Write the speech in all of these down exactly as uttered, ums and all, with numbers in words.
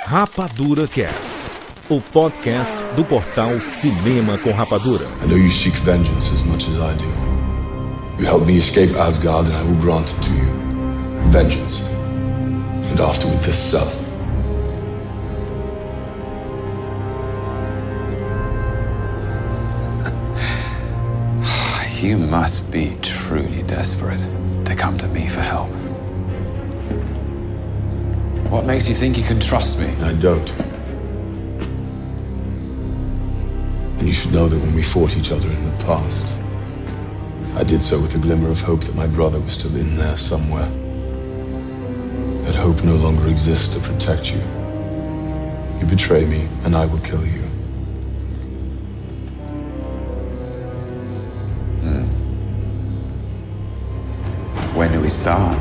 Rapadura Cast, o podcast do portal Cinema com Rapadura. I know you seek vengeance as much as I do. You helped me escape Asgard and I will grant it to you. Vengeance. And afterward this cell. You must be truly desperate to come to me for help. What makes you think you can trust me? I don't. And you should know that when we fought each other in the past, I did so with a glimmer of hope that my brother was still in there somewhere. That hope no longer exists to protect you. You betray me, and I will kill you. Hmm. When do we start?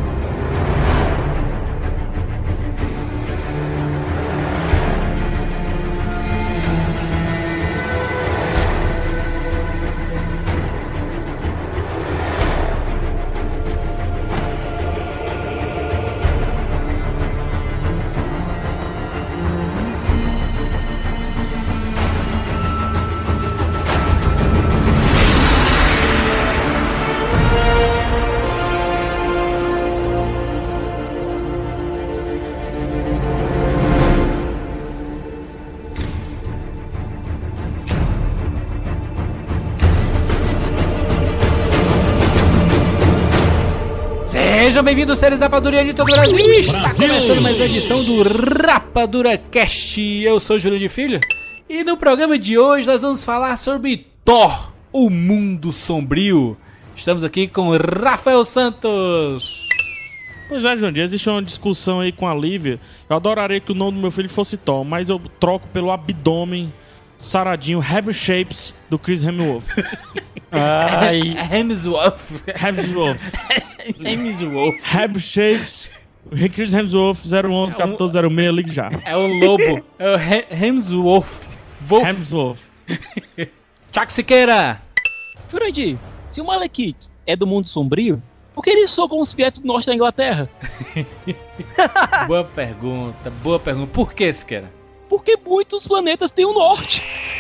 Sejam bem-vindos, seres rapadurianos de todo o Brasil. Está começando mais uma edição do Rapadura Cast. Eu sou o Júlio de Filho e no programa de hoje nós vamos falar sobre Thor, o Mundo Sombrio. Estamos aqui com Rafael Santos. Pois é, João, existe uma discussão aí com a Lívia. Eu adoraria que o nome do meu filho fosse Thor, mas eu troco pelo abdômen saradinho Ham Shapes do Chris Hemsworth. Ai, Hemsworth. Hemsworth. Hemsworth. Ham Shapes. Chris Hemsworth zero um um quatorze zero seis, ligue já. É o lobo. É o He- Hemsworth. Wolf. Hemsworth. Tchak Siqueira. Jurandir, se o Malekith é do mundo sombrio, por que ele soa como os pietos do norte da Inglaterra? Boa pergunta, boa pergunta. Por que, Siqueira? Porque muitos planetas têm o norte.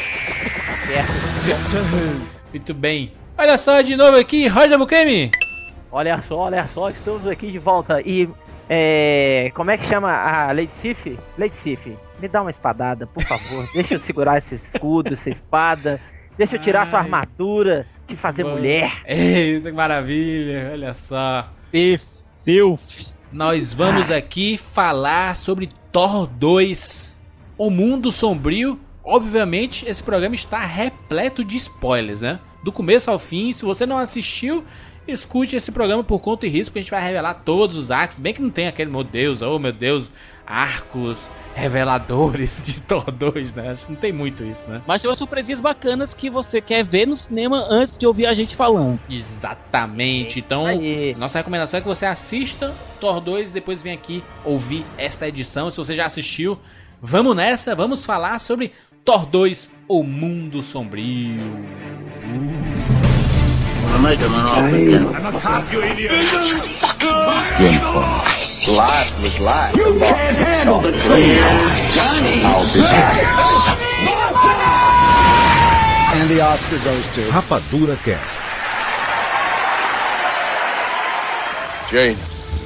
Muito bem. Olha só de novo aqui, Roger Bukemi. Olha só, olha só, estamos aqui de volta. E, é... como é que chama a Lady Sif? Lady Sif, me dá uma espadada, por favor. Deixa eu segurar esse escudo, essa espada. Deixa eu tirar Ai. sua armadura, te fazer Boa. mulher. Eita, que maravilha, olha só. Sif, Silf. Nós vamos aqui falar sobre Thor dois, o Mundo Sombrio. Obviamente, esse programa está repleto de spoilers, né? Do começo ao fim. Se você não assistiu, escute esse programa por conta e risco, porque a gente vai revelar todos os arcos. Bem que não tem aquele, meu Deus, oh meu Deus, arcos reveladores de Thor dois, né? Acho que não tem muito isso, né? Mas tem umas surpresinhas bacanas que você quer ver no cinema antes de ouvir a gente falando. Exatamente. Então, aí. nossa recomendação é que você assista Thor dois e depois vem aqui ouvir esta edição. Se você já assistiu, vamos nessa, vamos falar sobre Thor dois, o Mundo Sombrio. James Bond. Life was life. You can't handle the truth. Johnny. I'll be back. And the Oscar goes to Rapadura Cast. Jane.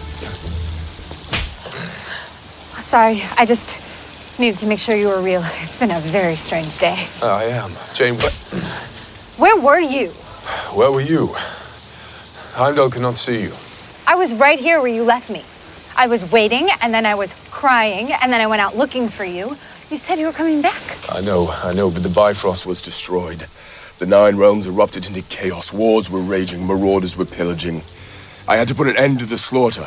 Sorry, I just needed to make sure you were real. It's been a very strange day. Oh, I am. Jane, what? Where were you? Where were you? Heimdall cannot see you. I was right here where you left me. I was waiting, and then I was crying, and then I went out looking for you. You said you were coming back. I know, I know, but the Bifrost was destroyed. The Nine Realms erupted into chaos. Wars were raging. Marauders were pillaging. I had to put an end to the slaughter.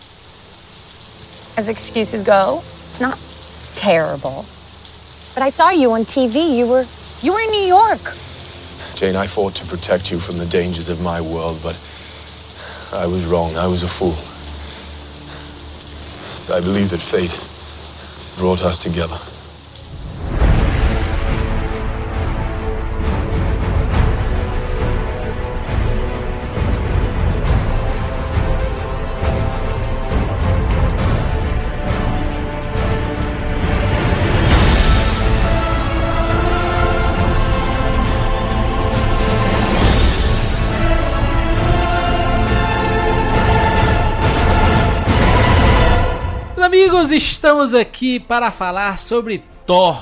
As excuses go, it's not terrible. But I saw you on T V. You were you were in New York. Jane, I fought to protect you from the dangers of my world, but I was wrong. I was a fool. I believe that fate brought us together. Meus amigos, estamos aqui para falar sobre Thor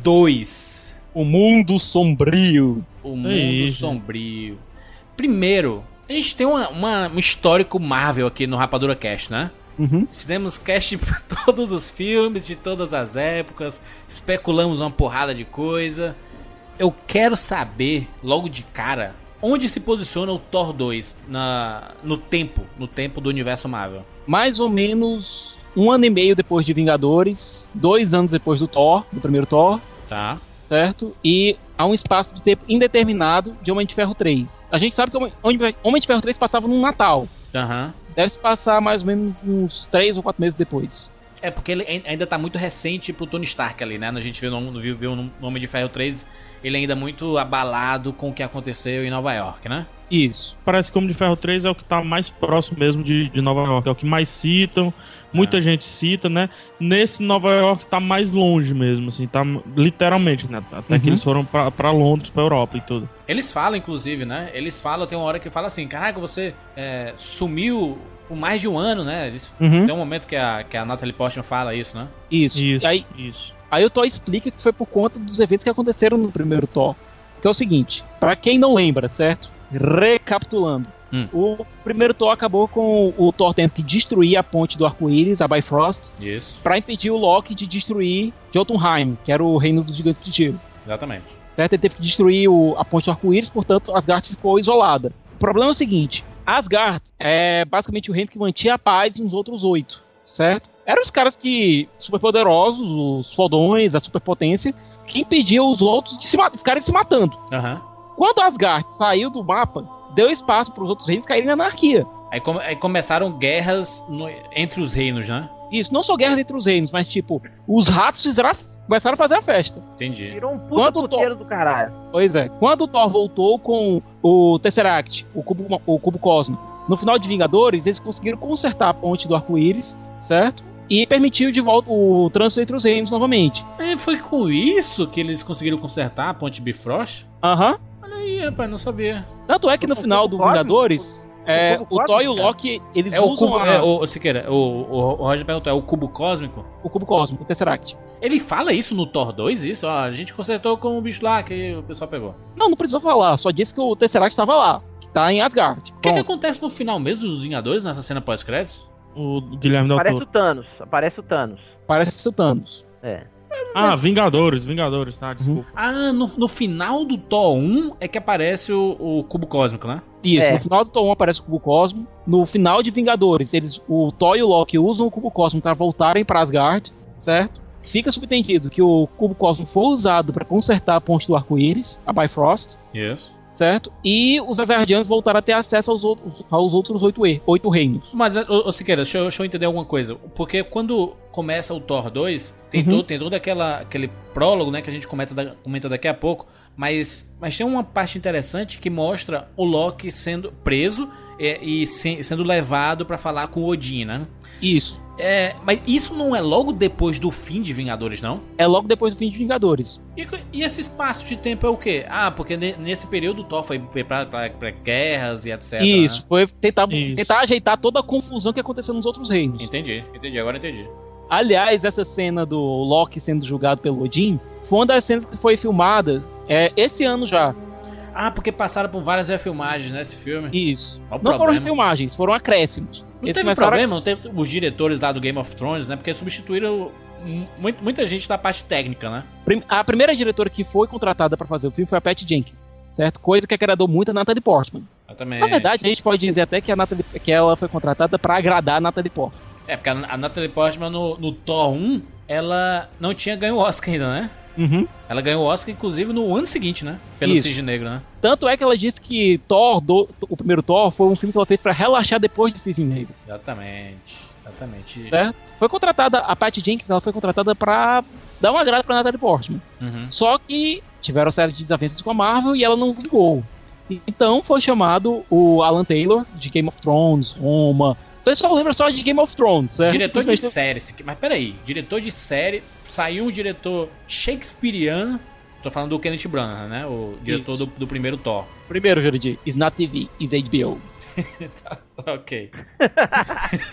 dois. O Mundo Sombrio. O Mundo Isso. Sombrio. Primeiro, a gente tem uma, uma, um histórico Marvel aqui no Rapadura Cast, né? Uhum. Fizemos cast por todos os filmes, de todas as épocas, especulamos uma porrada de coisa. Eu quero saber, logo de cara, onde se posiciona o Thor dois na, no tempo, no tempo do universo Marvel. Mais ou menos um ano e meio depois de Vingadores, dois anos depois do Thor, do primeiro Thor. Tá. Certo? E há um espaço de tempo indeterminado de Homem de Ferro três. A gente sabe que Homem de Ferro três passava no Natal. Aham. Uhum. Deve se passar mais ou menos uns três ou quatro meses depois. É, porque ele ainda tá muito recente pro Tony Stark ali, né? A gente viu no, viu, viu no Homem de Ferro três, ele ainda muito abalado com o que aconteceu em Nova York, né? Isso. Parece que o Homem de Ferro três é o que tá mais próximo mesmo de, de Nova York. É o que mais citam, muita é. gente cita, né? Nesse Nova York tá mais longe mesmo, assim, tá literalmente, né? Até uhum. que eles foram pra, pra Londres, pra Europa e tudo. Eles falam, inclusive, né? Eles falam, tem uma hora que fala assim, caraca, você é, sumiu por mais de um ano, né? Eles, uhum. Tem um momento que a, que a Natalie Portman fala isso, né? Isso. Isso, e aí, isso. Aí o Thor explica que foi por conta dos eventos que aconteceram no primeiro Thor. Que é o seguinte, pra quem não lembra, certo? Recapitulando. Hum. O primeiro Thor acabou com o Thor tendo que destruir a ponte do arco-íris, a Bifrost, isso, pra impedir o Loki de destruir Jotunheim, que era o reino dos gigantes de gelo. Exatamente. Certo? Ele teve que destruir o, a ponte do arco-íris, portanto Asgard ficou isolada. O problema é o seguinte, Asgard é basicamente o reino que mantinha a paz nos outros oito, certo? Eram os caras que, superpoderosos, os fodões, a superpotência, que impediam os outros de se, ficarem se matando. Uhum. Quando Asgard saiu do mapa, deu espaço para os outros reinos caírem na anarquia. Aí, come, aí começaram guerras no, entre os reinos, né? Isso, não só guerras entre os reinos, mas tipo, os ratos fizeram, começaram a fazer a festa. Entendi. Virou um puta puteiro do caralho. Pois é. Quando o Thor voltou com o Tesseract, o cubo, o cubo cósmico, no final de Vingadores, eles conseguiram consertar a ponte do arco-íris, certo? E permitiu de volta o trânsito entre os reinos novamente. E foi com isso que eles conseguiram consertar a ponte Bifrost? Aham. Uhum. Olha aí, rapaz, não sabia. Tanto é que no final do Vingadores, é, o Thor e o Loki, eles é usam o cubo, a... é, o, Siqueira, o, o Roger perguntou, é o cubo cósmico? O cubo cósmico, o Tesseract. Ele fala isso no Thor dois, isso? Ó, a gente consertou com o bicho lá que o pessoal pegou. Não, não precisou falar, só disse que o Tesseract estava lá, que tá em Asgard. O que, que acontece no final mesmo dos Vingadores, nessa cena pós-créditos? O Guilherme Del Toro. Aparece o Thanos, aparece o Thanos. Parece o Thanos. É. Ah, Vingadores, Vingadores, tá, desculpa. Uhum. Ah, no, no final do Thor um é que aparece o, o cubo cósmico, né? Isso, é. No final do Thor um aparece o cubo cósmico. No final de Vingadores, eles, o Thor e o Loki usam o cubo cósmico para voltarem para Asgard, certo? Fica subentendido que o cubo cósmico foi usado para consertar a ponte do arco-íris, a Bifrost. Isso. Certo? E os Asgardianos voltaram a ter acesso aos outros, aos outros oito, oito reinos. Mas, ô, ô Siqueira, deixa eu, deixa eu entender alguma coisa. Porque quando começa o Thor dois, tem, uhum. todo, tem todo aquela, aquele prólogo, né, que a gente comenta, da, comenta daqui a pouco. Mas, mas tem uma parte interessante que mostra o Loki sendo preso e, e se, sendo levado pra falar com o Odin, né? Isso. É, mas isso não é logo depois do fim de Vingadores, não? É logo depois do fim de Vingadores. E, e esse espaço de tempo é o quê? Ah, porque ne, nesse período o Thor foi, foi pra, pra, pra guerras e etcétera. Isso, né? foi tentar, Isso. tentar ajeitar toda a confusão que aconteceu nos outros reinos. Entendi, entendi, agora entendi. Aliás, essa cena do Loki sendo julgado pelo Odin foi uma das cenas que foi filmada é, esse ano já. Ah, porque passaram por várias refilmagens nesse filme. Isso. Não problema. Foram refilmagens, foram acréscimos. Não Eles teve começaram... problema, não teve os diretores lá do Game of Thrones, né? Porque substituíram muito, muita gente da parte técnica, né? A primeira diretora que foi contratada pra fazer o filme foi a Patty Jenkins, certo? Coisa que agradou muito a Natalie Portman. Exatamente. Na verdade, a gente pode dizer até que, a Natalie, que ela foi contratada pra agradar a Natalie Portman. É, porque a Natalie Portman no, no Thor um, ela não tinha ganho o Oscar ainda, né? Uhum. Ela ganhou o Oscar, inclusive, no ano seguinte, né? Pelo Isso. Cisne Negro, né? Tanto é que ela disse que Thor, do, o primeiro Thor, foi um filme que ela fez pra relaxar depois de Cisne Negro. Exatamente. Exatamente. Certo? Foi contratada, a Patty Jenkins, ela foi contratada pra dar uma grada pra Natalie Portman. Uhum. Só que tiveram série de desavenças com a Marvel e ela não vingou. Então foi chamado o Alan Taylor, de Game of Thrones, Roma. O pessoal lembra só de Game of Thrones, certo? Diretor de série. Mas peraí, diretor de série, saiu um diretor shakespeariano. Tô falando do Kenneth Branagh, né? O diretor do, do primeiro Thor. Primeiro, Jurandir, it's not T V, it's H B O. tá, ok.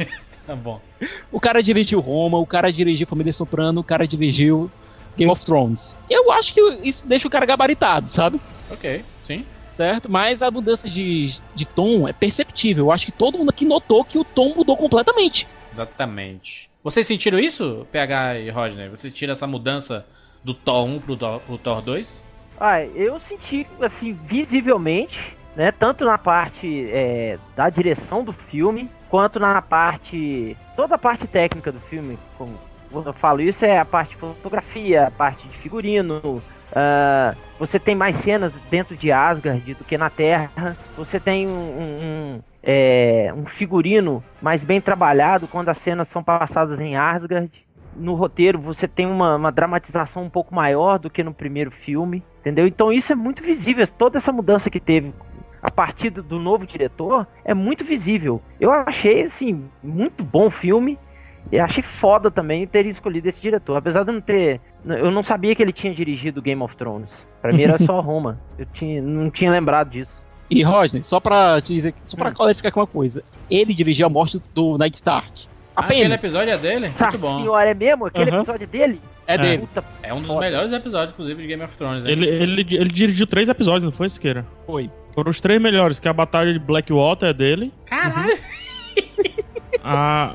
Tá bom. O cara dirigiu Roma, o cara dirigiu Família Soprano, o cara dirigiu Game of Thrones. Eu acho que isso deixa o cara gabaritado, sabe? Ok, sim. Certo? Mas a mudança de, de tom é perceptível. Eu acho que todo mundo aqui notou que o tom mudou completamente. Exatamente. Vocês sentiram isso, P H e Rodney? Vocês sentiram essa mudança do Thor um pro Thor, pro Thor dois? Ah, eu senti, assim, visivelmente, né? Tanto na parte é, da direção do filme, quanto na parte... Toda a parte técnica do filme, como eu falo isso, é a parte de fotografia, a parte de figurino... Uh, você tem mais cenas dentro de Asgard do que na Terra. Você tem um, um, um, é, um figurino mais bem trabalhado quando as cenas são passadas em Asgard. No roteiro você tem uma, uma dramatização um pouco maior do que no primeiro filme, entendeu? Então isso é muito visível. Toda essa mudança que teve a partir do novo diretor é muito visível. Eu achei assim muito bom o filme. E achei foda também ter escolhido esse diretor. Apesar de eu não ter... Eu não sabia que ele tinha dirigido Game of Thrones. Pra mim era só Roma. Eu tinha, não tinha lembrado disso. E Rodney, só pra te dizer, só pra hum. clarificar aqui uma coisa. Ele dirigiu a morte do Ned Stark. Ah, aquele episódio é dele? Nossa muito bom. Senhora, é mesmo? Aquele uhum. episódio é dele? É, é dele. Puta é um dos foda. melhores episódios, inclusive, de Game of Thrones. Hein? Ele, ele, ele dirigiu três episódios, não foi, Siqueira? Foi. Foram os três melhores, que a Batalha de Blackwater é dele. Caralho! Uhum. Ah,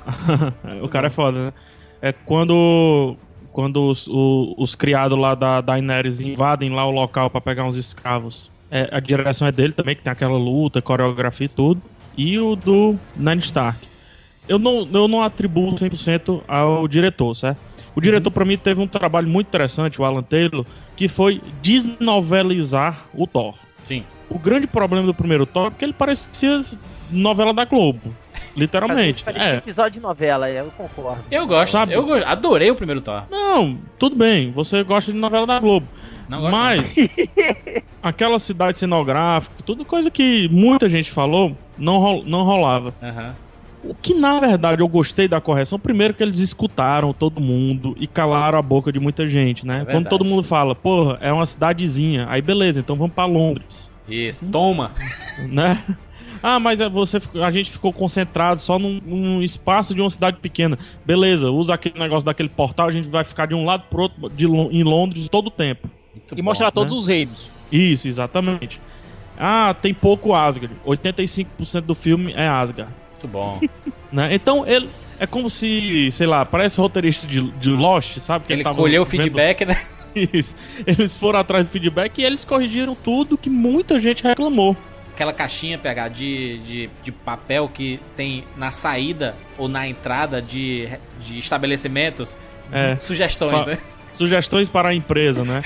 o cara é foda, né? É quando, quando os, os, os criados lá da Daenerys invadem lá o local pra pegar uns escravos. É, a direção é dele também, que tem aquela luta, coreografia e tudo. E o do Ned Stark. Eu não, eu não atribuo cem por cento ao diretor, certo? O diretor, uhum. pra mim, teve um trabalho muito interessante, o Alan Taylor, que foi desnovelizar o Thor. Sim. O grande problema do primeiro Thor é porque ele parecia novela da Globo. Literalmente. Parecia é. episódio de novela, eu concordo. Eu gosto, Sabe? eu go- adorei o primeiro Thor. Não, tudo bem, você gosta de novela da Globo. Não gosto. Mas aquela cidade cenográfica, tudo coisa que muita gente falou, não, ro- não rolava. Aham. O que na verdade eu gostei da correção, primeiro que eles escutaram todo mundo e calaram a boca de muita gente, né? É Quando todo mundo fala, porra, é uma cidadezinha, aí beleza, então vamos pra Londres. Isso, toma. Né? Ah, mas você, a gente ficou concentrado só num, num espaço de uma cidade pequena. Beleza, usa aquele negócio daquele portal, a gente vai ficar de um lado pro outro de, em Londres todo o tempo. Muito e bom, mostrar né? todos os reinos. Isso, exatamente. Ah, tem pouco Asgard. oitenta e cinco por cento do filme é Asgard. Muito bom. Né? Então, ele é como se, sei lá, parece roteirista de, de Lost, sabe? Que Ele tava colheu o vendo... feedback, né? Isso. Eles foram atrás do feedback e eles corrigiram tudo que muita gente reclamou. Aquela caixinha, P H, de, de, de papel que tem na saída ou na entrada de, de estabelecimentos. É. Sugestões, Fa- né? Sugestões para a empresa, né?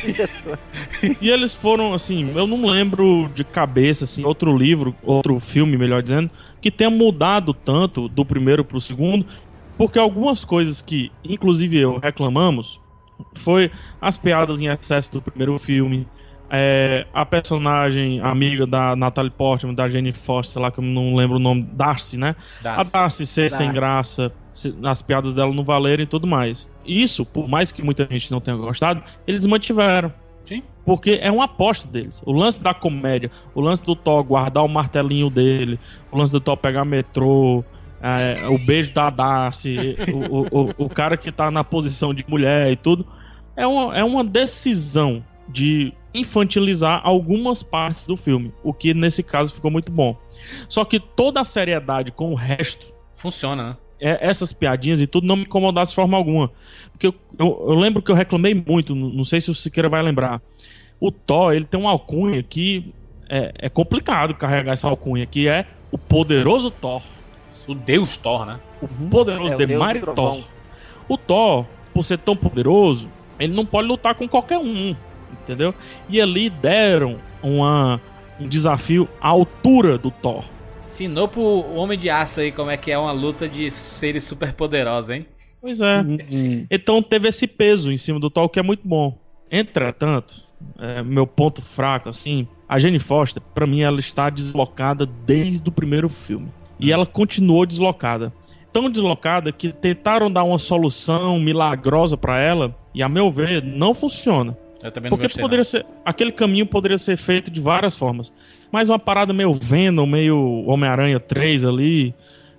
E eles foram, assim, eu não lembro de cabeça, assim, outro livro, outro filme, melhor dizendo, que tenha mudado tanto do primeiro pro segundo, porque algumas coisas que, inclusive eu, reclamamos, foi as piadas em excesso do primeiro filme, é, a personagem amiga da Natalie Portman, da Jane Foster, lá que eu não lembro o nome, Darcy, né? Darcy. A Darcy ser Darcy. sem graça, se- as piadas dela não valerem e tudo mais. Isso, por mais que muita gente não tenha gostado, eles mantiveram. Sim. Porque é uma aposta deles. O lance da comédia, o lance do Thor guardar o martelinho dele, o lance do Thor pegar metrô, é, o beijo da Darcy, o, o, o, o cara que tá na posição de mulher e tudo, é uma, é uma decisão de infantilizar algumas partes do filme, o que nesse caso ficou muito bom. Só que toda a seriedade com o resto, Funciona, né? é, essas piadinhas e tudo não me incomodasse de forma alguma. Porque eu, eu, eu lembro que eu reclamei muito, não sei se o Siqueira vai lembrar. O Thor, ele tem uma alcunha que é, é complicado carregar essa alcunha, que é o poderoso Thor. O Deus Thor, né? O poderoso É, o The Deus do Mighty Trovão. Thor. O Thor, por ser tão poderoso, ele não pode lutar com qualquer um, entendeu? E ali deram uma, um desafio à altura do Thor. Ensinou pro Homem de Aço aí como é que é uma luta de seres super poderosos, hein? Pois é. Então teve esse peso em cima do Thor, que é muito bom. Entretanto, é, meu ponto fraco, assim, a Jane Foster, pra mim, ela está deslocada desde o primeiro filme. E ela continuou deslocada. Tão deslocada que tentaram dar uma solução milagrosa pra ela, e a meu ver, não funciona. Eu também não Porque gostei, poderia não. ser, aquele caminho poderia ser feito de várias formas. Mas uma parada meio Venom, meio Homem-Aranha três ali,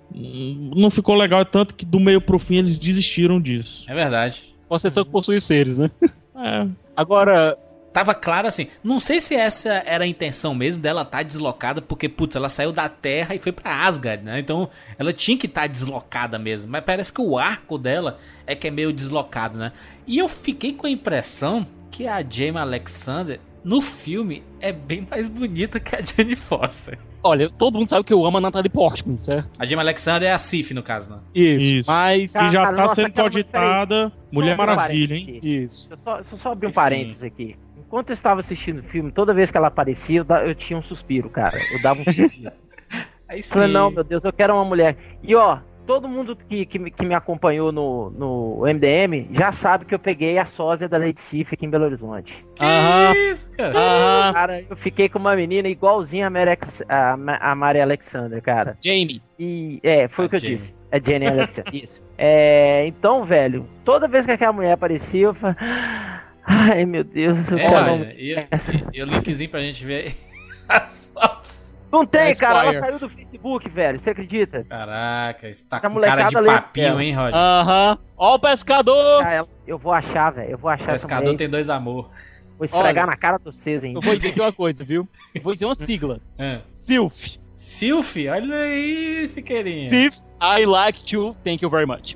não ficou legal, tanto que do meio pro fim eles desistiram disso. É verdade. Possessão que possui os seres, né? É. Agora... Tava claro assim, não sei se essa era a intenção mesmo dela estar tá deslocada, porque, putz, ela saiu da Terra e foi pra Asgard, né? Então, ela tinha que estar tá deslocada mesmo. Mas parece que o arco dela é que é meio deslocado, né? E eu fiquei com a impressão que a Jaime Alexander, no filme, é bem mais bonita que a Jane Foster. Olha, todo mundo sabe que eu amo a Natalie Portman, certo? A Jaime Alexander é a Sif, no caso, né? Isso, Isso. mas... Que já Cara, tá nossa, sendo aquela- cogitada Mulher Só um Maravilha, parênteses hein? aqui. Isso. Deixa eu só, deixa eu só abrir um Sim. parênteses aqui. Enquanto eu estava assistindo o filme, toda vez que ela aparecia, eu, da- eu tinha um suspiro, cara. Eu dava um suspiro. Aí sim. Falei, não, meu Deus, eu quero uma mulher. E ó, todo mundo que, que, me- que me acompanhou no, no M D M já sabe que eu peguei a sósia da Lady Sif aqui em Belo Horizonte. Aham. Que isso, cara? Aham. Cara, eu fiquei com uma menina igualzinha a Mary, Alex- a, Ma- a Mary Alexander, cara. Jamie. E é, foi A o que eu Jenny. disse. É Jenny Alexander, isso. É, então, velho, toda vez que aquela mulher aparecia, eu falava, ai meu Deus, eu É, quero uma olha, mulher e, dessa. e, e o linkzinho pra gente ver as fotos. Não tem, É cara, ela Squire. saiu do Facebook, velho, você acredita? Caraca, isso tá Essa com cara de molecada lê papinho, dela. hein, Roger? Aham. Ó o pescador! Ah, ela- Eu vou achar, velho, eu vou achar O essa pescador mulher, tem dois amor. vou esfregar Olha, na cara de vocês, hein. Eu vou dizer aqui uma coisa, viu? Eu vou dizer uma sigla. Ah. Sylph. Sylph, olha aí, Siqueirinha. Sylph, I like to, thank you very much.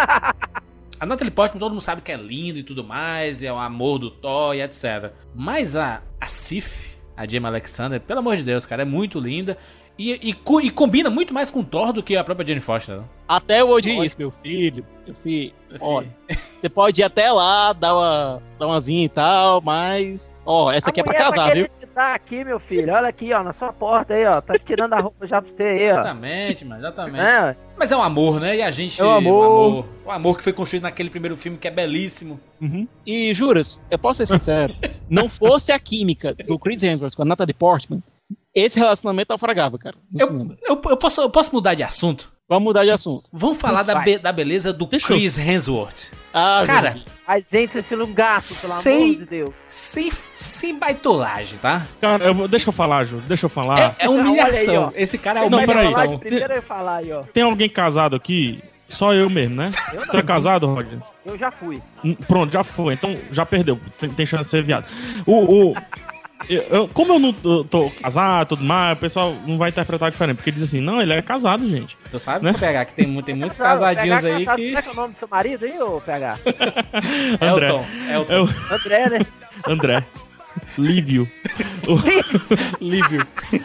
A Natalie Portman, todo mundo sabe que é linda e tudo mais, é o amor do Thor e etcétera. Mas a, a Sif, a Jaime Alexander, pelo amor de Deus, cara, é muito linda. E, e, co- e combina muito mais com o Thor do que a própria Jane Foster. Né? Até eu odiei isso, meu filho. Meu filho. Meu Olha, filho. você pode ir até lá, dar uma, dar umazinha e tal, mas... Ó, essa aqui é pra casar, tá viu? querendo te dar aqui, meu filho, olha aqui, ó, na sua porta aí, ó, tá tirando a roupa já pra você aí, ó. Exatamente, mano, exatamente. É, Mas é um amor, né? E a gente. É um amor. O amor, o amor que foi construído naquele primeiro filme que é belíssimo. Uhum. E juras, eu posso ser sincero, não fosse a química do Chris Hemsworth com a Natalie Portman, esse relacionamento naufragava, cara, no Eu, cinema. eu, eu posso, eu posso mudar de assunto? Vamos mudar de assunto. Vamos falar da, Vai. be- da beleza do Deixa eu- Chris Hemsworth. Ah, Cara, gente. mas entra esse um gato, pelo Sei. amor de Deus. sem, sem baitolagem, tá? Cara, eu vou, deixa eu falar, Ju, deixa eu falar. É, é Olha humilhação. aí, ó. Esse cara é Não, peraí. humilhação. Falar de primeiro eu ia falar aí, ó. Tem alguém casado aqui? Só eu mesmo, né? Eu Tu é casado, Roger? Eu já fui. Hum, Pronto, já foi. Então já perdeu. Tem, tem chance de ser viado. O, o, eu- eu- como eu não tô, tô casado e tudo mais, o pessoal não vai interpretar diferente. Porque diz assim, não, ele é casado, gente. Tu sabe, Né? P H, que tem, mu- tem muitos Não, casadinhos P H aí casado, que... Como é que é o nome do seu marido aí, ô P H? André. Elton, Elton. É o André, né? André. Lívio. O- Lívio.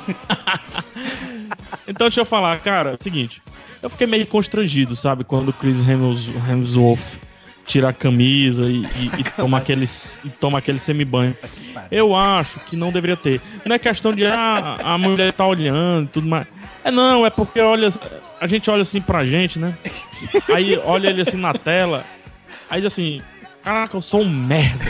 Então deixa eu falar, cara, é o seguinte. Eu fiquei meio constrangido, sabe? Quando o Chris Hems- Hemsworth tira a camisa e, e- e toma aquele, e toma aquele semi-banho. Eu acho que não deveria ter. Não é questão de ah, a mulher tá olhando e tudo mais. É não, é porque olha, a gente olha assim pra gente, né? Aí olha ele assim na tela. Aí diz assim, caraca, eu sou um merda.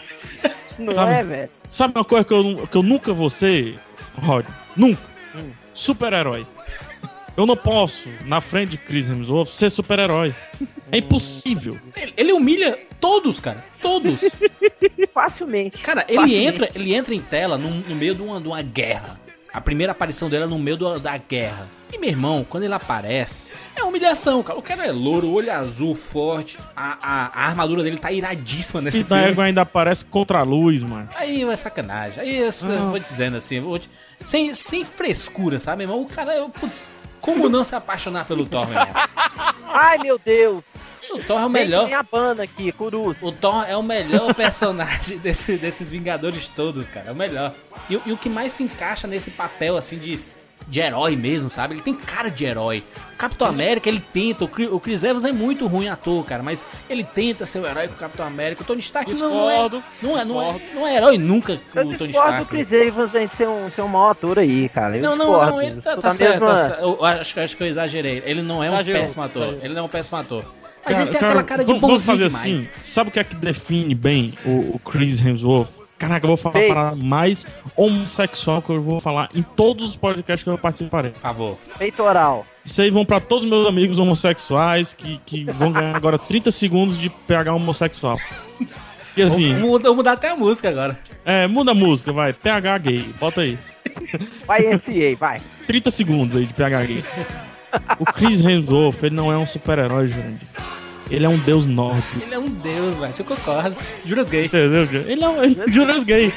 Não Sabe? é, velho? Sabe uma coisa que eu, que eu nunca vou ser, Rod? Nunca. Super-herói. Eu não posso, na frente de Chris Hemsworth, ser super-herói. É impossível. Ele, ele humilha todos, cara. Todos. Facilmente. Cara, ele Facilmente. entra, ele entra em tela no, no meio de uma, de uma guerra. A primeira aparição dele é no meio do- da guerra. E meu irmão, quando ele aparece, é humilhação, cara. O cara é louro, olho azul, forte. A, a, a armadura dele tá iradíssima nesse E da filme. égua ainda aparece contra a luz, mano. Aí é sacanagem. Aí eu, eu vou dizendo assim, eu vou te- sem, sem frescura, sabe, meu irmão? O cara, eu, putz, como não se apaixonar pelo Thor, meu irmão? Ai, meu Deus. O Thor é o Vem melhor. minha banda aqui, Curus. O Thor é o melhor personagem desse- desses Vingadores todos, cara. É o melhor. E, o- e o que mais se encaixa nesse papel, assim, de, de herói mesmo, sabe? Ele tem cara de herói. O Capitão América, ele tenta. O Chris, o Chris Evans é muito ruim ator, cara. Mas ele tenta ser o herói com o Capitão América. O Tony Stark não, não é, Discordo, não, é, não, é, discordo. não é herói nunca com Eu o Tony discordo do Stark. Chris Evans em ser um, ser um mau ator aí, cara. Eu Não, não, discordo. não, ele tá, Eu tô tá na certo, mesma- tá certo. Eu acho, acho que eu exagerei. Ele não é um Exagerou, péssimo ator. exagerou. Ele não é um péssimo ator. Mas Cara, ele tem cara, aquela cara de vamos- vamos bonzinho fazer demais. assim, sabe o que é que define bem o, o Chris Hemsworth? Caraca, eu vou falar a Ei. parada mais homossexual que eu vou falar em todos os podcasts que eu participarei. Por favor. Peitoral. Isso aí vão pra todos os meus amigos homossexuais que, que vão ganhar agora trinta segundos de P H homossexual. E assim, Vou mudar, vou mudar até a música agora. é, muda a música, vai, P H gay, bota aí. Vai, N C A, vai. trinta segundos aí de P H gay. O Chris Hemsworth, ele não é um super-herói, Jurandir. Ele é um deus nórdico. Ele é um deus, velho. Eu concordo. Juras gay. Entendeu? Ele é um... Ele... Juras gay.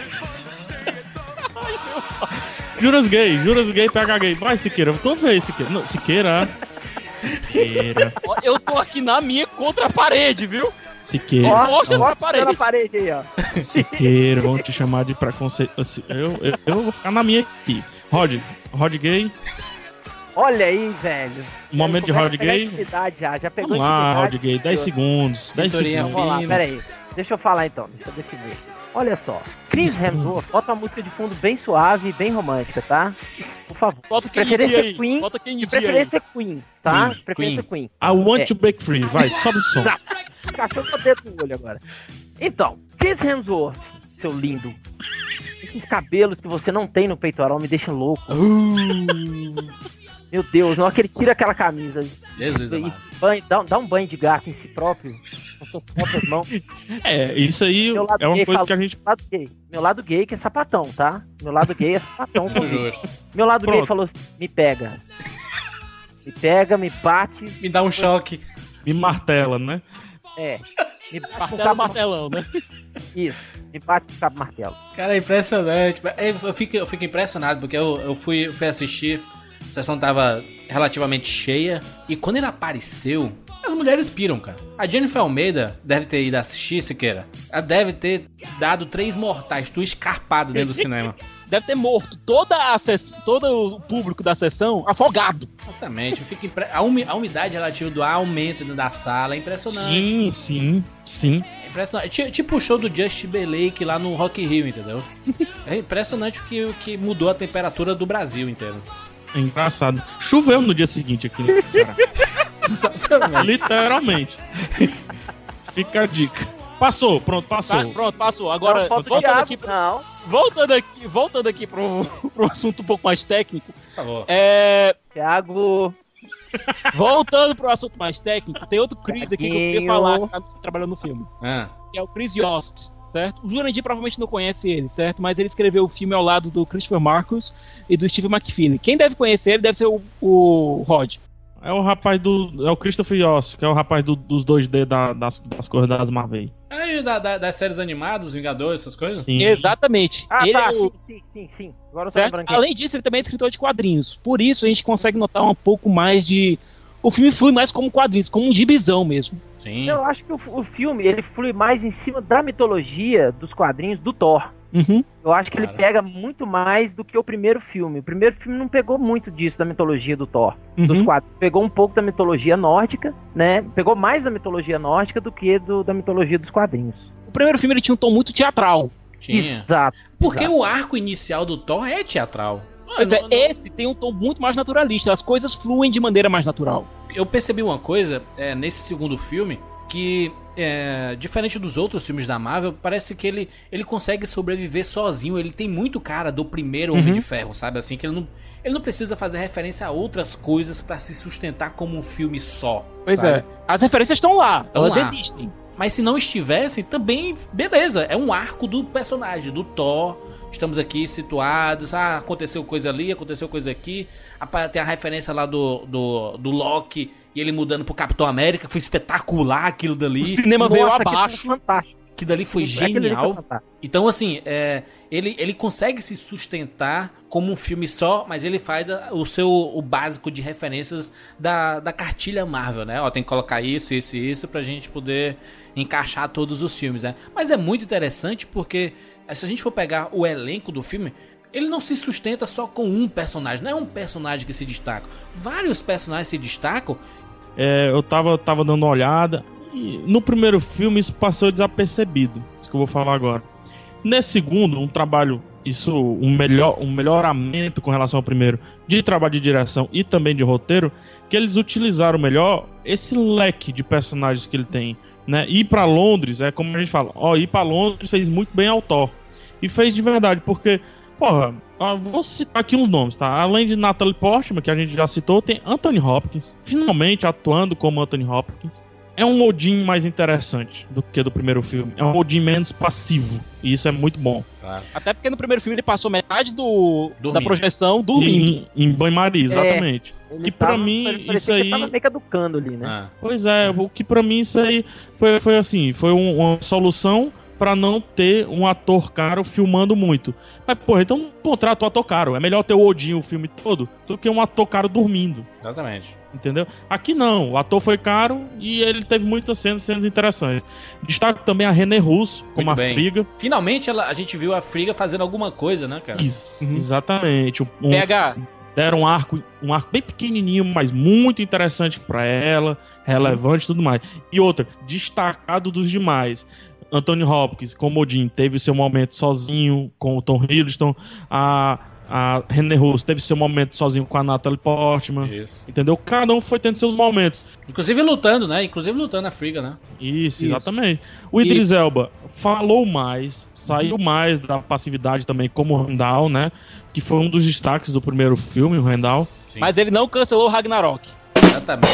Juras gay. Juras gay, pega gay. Vai, Siqueira. Toda vez, Siqueira. Não, Siqueira. Siqueira. Eu tô aqui na minha contra a parede, viu? Siqueira. Mostra na parede. na parede aí, ó. Siqueira, vão te chamar de preconceito. Eu, eu, eu vou ficar na minha aqui. Rod, Rod gay. Olha aí, velho. Momento de Rod gay. Intimidade já, já pegou Vamos lá, intimidade. Rod gay. dez segundos. dez Cinturinha segundos. Vamos lá, Finos. pera aí. Deixa eu falar então, deixa eu definir. Olha só, Chris Hemsworth, bota uma música de fundo bem suave e bem romântica, tá? Por favor. Bota De quem preferência aí. Queen, Bota quem de preferência Queen, tá? Queen, De preferência Queen. I want É. to break free. Vai, sobe o som. Cachorro com o dedo no olho agora. Então, Chris Hemsworth, seu lindo. Esses cabelos que você não tem no peitoral me deixam louco. Meu Deus, não, que ele tira aquela camisa. Jesus e amado. banho, dá, dá um banho de gato em si próprio, com suas próprias mãos. É, isso aí Meu lado é uma gay coisa fala- que a gente... Meu lado gay. Meu lado gay que é sapatão, tá? Meu lado gay é sapatão. Muito justo. Meu lado Pronto. gay falou assim, me pega. Me pega, me bate. Me dá um choque. Me martela, né? É. Me bate com Martelo, cabo martelão, né? Isso. Me bate com cabo martelo. Cara, é impressionante. Eu fico, eu fico impressionado porque eu, eu fui, fui assistir, a sessão tava relativamente cheia, e quando ele apareceu, as mulheres piram, cara. A Jennifer Almeida deve ter ido assistir, Siqueira. Ela deve ter dado três mortais, tu escarpado dentro do cinema. Deve ter morto toda a sess... todo o público da sessão afogado. Exatamente. Eu fico impre... a, umi... a umidade relativa do ar aumenta dentro da sala, é impressionante. Sim, sim, sim. É impressionante. Ti- Tipo o show do Justin Timberlake lá no Rock in Rio, entendeu? É impressionante o que, o que mudou a temperatura do Brasil inteiro. É engraçado. Choveu no dia seguinte aqui no Ceará. Literalmente. Fica a dica. Passou, pronto, passou. Tá, pronto, passou. Agora, Não, falta voltando Thiago, aqui, pro... não. voltando aqui, voltando aqui pro, pro assunto um pouco mais técnico. Por favor. É... Thiago. Voltando pro assunto mais técnico, tem outro Chris aqui que eu queria Tiaguinho. falar que tá trabalhando no filme. Ah, Que é o Chris Yost, certo? O Jurandir provavelmente não conhece ele, certo? Mas ele escreveu o filme ao lado do Christopher Marcus e do Steve McFeely. Quem deve conhecer ele deve ser o, o Rod. É o rapaz do... É o Christopher Yost, que é o rapaz do- dos dois D da- das, das coisas das Marvel. aí da, da- das séries animadas, os Vingadores, essas coisas? Sim. Exatamente. Ah, ele tá, é o... sim, sim, sim, sim. Agora eu tô certo? lembrando quem. Além disso, ele também é escritor de quadrinhos. Por isso, a gente consegue notar um pouco mais de... O filme flui mais como quadrinhos, como um gibizão mesmo. Sim. Eu acho que o, o filme, ele flui mais em cima da mitologia dos quadrinhos do Thor. Uhum. Eu acho que ele Cara. pega muito mais do que o primeiro filme. O primeiro filme não pegou muito disso da mitologia do Thor, dos Uhum. quadrinhos. Pegou um pouco da mitologia nórdica, né? Pegou mais da mitologia nórdica do que do, da mitologia dos quadrinhos. O primeiro filme ele tinha um tom muito teatral. Tinha. Exato. Porque exato. o arco inicial do Thor é teatral. Pois é, Não- não- esse tem um tom muito mais naturalista. As coisas fluem de maneira mais natural. Eu percebi uma coisa é, nesse segundo filme que, é, diferente dos outros filmes da Marvel, parece que ele, ele consegue sobreviver sozinho. Ele tem muito cara do primeiro Homem de Ferro, sabe? Assim, que ele não, ele não precisa fazer referência a outras coisas pra se sustentar como um filme só. Pois sabe? é. As referências estão lá. Tão elas lá. existem. Mas se não estivessem, também, beleza. É um arco do personagem, do Thor. Estamos aqui situados. Ah, aconteceu coisa ali, aconteceu coisa aqui. Ah, tem a referência lá do, do, do Loki e ele mudando pro Capitão América. Foi espetacular aquilo dali. O cinema veio Nossa, aquilo abaixo. foi fantástico. Que dali foi Aquilo ali foi genial. fantástico. Então, assim, é, ele, ele consegue se sustentar como um filme só, mas ele faz a- o seu o básico de referências da, da cartilha Marvel, né? Ó, tem que colocar isso, isso e isso pra gente poder encaixar todos os filmes, né? Mas é muito interessante porque se a gente for pegar o elenco do filme, ele não se sustenta só com um personagem, não é um personagem que se destaca. Vários personagens se destacam. É, eu tava, tava dando uma olhada e no primeiro filme isso passou desapercebido. Isso que eu vou falar agora. Nesse segundo, um trabalho, isso, um, melhor, um melhoramento com relação ao primeiro, de trabalho de direção e também de roteiro, que eles utilizaram melhor esse leque de personagens que ele tem, né? Ir pra Londres, é como a gente fala, ó, ir pra Londres fez muito bem ao Thor. E fez de verdade, porque, porra, ó, vou citar aqui uns nomes, tá? Além de Natalie Portman, que a gente já citou, tem Anthony Hopkins, finalmente atuando como Anthony Hopkins, é um Odin mais interessante do que do primeiro filme. É um Odin menos passivo. E isso é muito bom. Claro. Até porque no primeiro filme ele passou metade do, da projeção dormindo. Em, em banho-maria, exatamente. É, que pra mim, isso aí... que tava meio caducando ali, né? Ah. Pois é, o que pra mim isso aí foi, foi assim, foi um, uma solução pra não ter um ator caro filmando muito. Mas, porra, então contrata um ator caro. É melhor ter o Odin o filme todo do que um ator caro dormindo. Exatamente. Entendeu? Aqui não, o ator foi caro e ele teve muitas cenas, cenas interessantes. Destaco também a René Russo como a Frigga. Finalmente ela, a gente viu a Frigga fazendo alguma coisa, né, cara? Isso, uhum. Exatamente. Um, P H. Deram um arco, um arco bem pequenininho, mas muito interessante pra ela, relevante e tudo mais. E outra, destacado dos demais. Anthony Hopkins, como Odin, teve o seu momento sozinho com o Tom Hiddleston. A... A René Russo teve seu momento sozinho com a Natalie Portman. Isso. Entendeu? Cada um foi tendo seus momentos. Inclusive lutando, né? Inclusive lutando a Frigga, né? Isso, exatamente. Isso. O Idris Isso. Elba falou mais, saiu mais da passividade também, como o Randall, né? Que foi um dos destaques do primeiro filme, o Randall. Sim. Mas ele não cancelou o Ragnarok. Exatamente.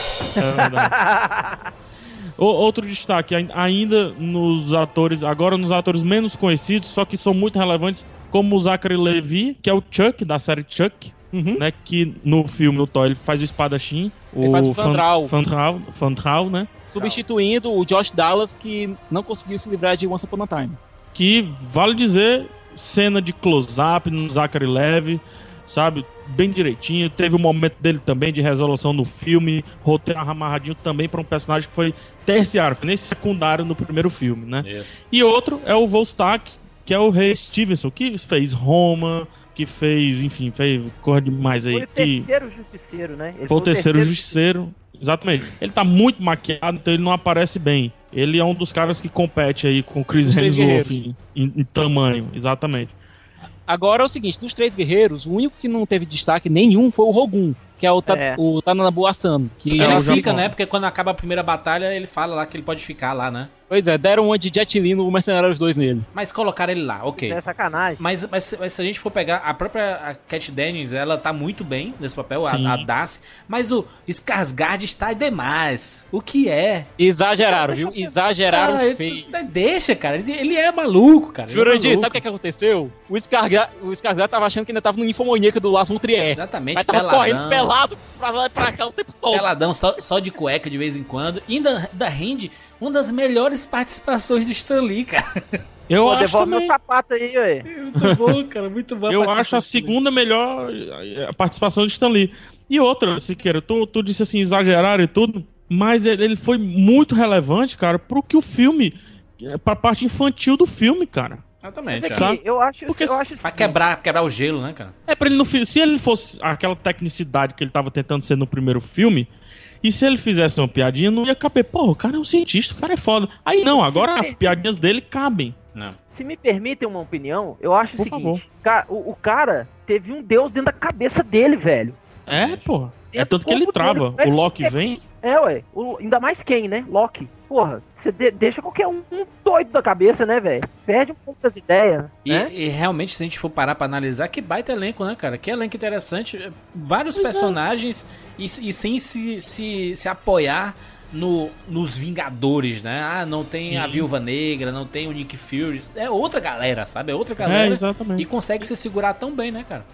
É o, outro destaque, ainda nos atores, agora nos atores menos conhecidos, só que são muito relevantes, como o Zachary Levi, que é o Chuck, da série Chuck, uhum. né? Que no filme, no Thor, ele faz o espadachim. Ele o faz o Fandral. Fandral, Fandral, né? Substituindo o Josh Dallas, que não conseguiu se livrar de Once Upon a Time. Que, vale dizer, cena de close-up no Zachary Levi, sabe? Bem direitinho. Teve um momento dele também de resolução no filme, roteiro amarradinho também para um personagem que foi terciário, foi nem secundário no primeiro filme, né? Isso. E outro é o Volstagg, que é o Ray Stevenson, que fez Roma, que fez, enfim, fez coisa demais aí. Foi o terceiro justiceiro, né? Ele foi o terceiro, terceiro justiceiro, exatamente. Ele tá muito maquiado, então ele não aparece bem. Ele é um dos caras que compete aí com o Chris Hemsworth em, em, em tamanho, exatamente. Agora é o seguinte, dos três guerreiros, o único que não teve destaque nenhum foi o Rogun, que é o, ta, é. o Tananabu Asano. Que ele é fica, né? Porque quando acaba a primeira batalha, ele fala lá que ele pode ficar lá, né? Pois é, deram uma de Jet Li no Mercenários dois nele. Mas colocaram ele lá, ok. Isso é sacanagem. Mas, mas, mas se a gente for pegar, a própria a Kat Dennings, ela tá muito bem nesse papel, a, a Darcy, mas o Skarsgård está demais. O que é? Exageraram, viu? Exageraram ah, feio. Deixa, cara. Ele, ele é maluco, cara. Jurandir, é sabe o que, que aconteceu? O Skarsgård, o Skarsgård tava achando que ainda tava no Infomaníaca do Lars von Trier. Exatamente, mas tava peladão. correndo pelado pra lá e pra cá o tempo todo. Peladão, só, só de cueca de vez em quando. E ainda, ainda rende uma das melhores participações do Stan Lee, cara. Eu Pô, acho devolve também. meu sapato aí, ué. Muito bom, cara, muito bom. Eu acho a segunda melhor a participação do Stan Lee. E outra, Siqueira, tu, tu disse assim, exageraram e tudo, mas ele, ele foi muito relevante, cara, pro que o filme, pra parte infantil do filme, cara. Exatamente, mas aqui, eu acho, Porque eu acho pra quebrar, quebrar o gelo, né, cara? É, pra ele não, se ele fosse aquela tecnicidade que ele tava tentando ser no primeiro filme, e se ele fizesse uma piadinha, não ia caber. Pô, o cara é um cientista, o cara é foda. Aí não, agora as piadinhas dele cabem. Não. Se me permitem uma opinião, eu acho Por o seguinte: favor. o, o cara teve um deus dentro da cabeça dele, velho. É, porra. É tanto que ele trava. O Loki vem. É, ué. O, ainda mais quem, né? Loki. Porra, você de, deixa qualquer um, um doido da cabeça, né, velho? Perde um pouco das ideias. E, né? e realmente, se a gente for parar pra analisar, que baita elenco, né, cara? Que elenco interessante. Vários pois personagens é. e, e sem se, se, se apoiar no, nos Vingadores, né? Ah, não tem Sim. a Viúva Negra, não tem o Nick Fury. É outra galera, sabe? É outra galera. É, exatamente. E consegue se segurar tão bem, né, cara?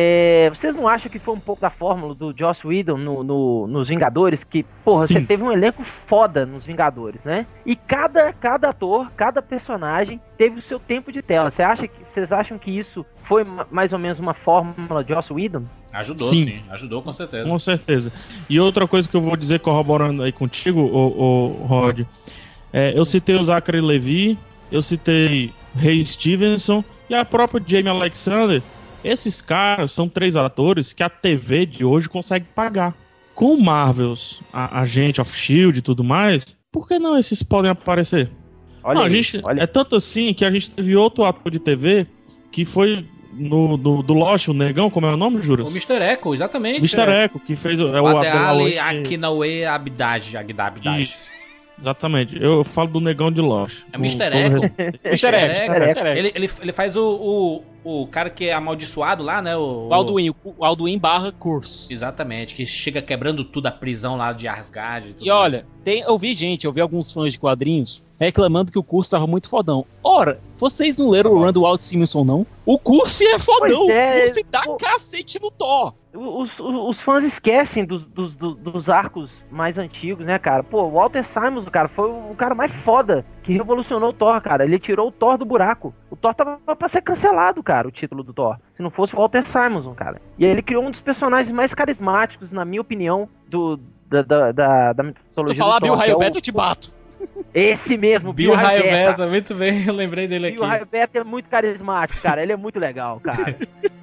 É, vocês não acham que foi um pouco da fórmula do Joss Whedon no, no, nos Vingadores? Que, porra, Sim. você teve um elenco foda nos Vingadores, né? E cada, cada ator, cada personagem teve o seu tempo de tela. Você acha que, vocês acham que isso foi mais ou menos uma fórmula de Joss Whedon? Ajudou, sim. sim. Ajudou com certeza. Com certeza. E outra coisa que eu vou dizer, corroborando aí contigo, o, o Rod, é, eu citei o Zachary Levi, eu citei Ray Stevenson e a própria Jamie Alexander. Esses caras são três atores que a T V de hoje consegue pagar. Com o Marvels, a Agent of Shield e tudo mais, por que não esses podem aparecer? Olha não, aí, a gente, olha. É tanto assim que a gente teve outro ator de T V que foi no, no, do Lost, o Negão, como é o nome, Juras? O mister Echo, exatamente. mister É. Echo, que fez o... É o Adderley Akinoue Abdaj, Abdaj. Exatamente, eu falo do Negão de Lost. É mister Echo. mister Echo. Ele, ele, ele faz o, o, o cara que é amaldiçoado lá, né? O, o Alduin, o Alduin barra Curse. Exatamente, que chega quebrando tudo, a prisão lá de Asgard. E, tudo e olha, tem, eu vi gente, eu vi alguns fãs de quadrinhos reclamando que o Curse tava muito fodão. Ora, vocês não leram tá o run do Walt Simonson, não? O Curse é fodão, é, o Curse dá o... cacete no Thor. Os, os, os fãs esquecem dos, dos, dos arcos mais antigos, né, cara? Pô, o Walter Simonson, cara, foi o cara mais foda que revolucionou o Thor, cara. Ele tirou o Thor do buraco. O Thor tava pra ser cancelado, cara, o título do Thor. Se não fosse o Walter Simonson, cara. E aí ele criou um dos personagens mais carismáticos, na minha opinião, do, da, da, da, da mitologia. Se tu falar Bill Raio Beta, é eu te bato. Esse mesmo, Bill Raio Beta, muito bem, eu lembrei dele Bill aqui. Bill Raio Beta é muito carismático, cara. Ele é muito legal, cara.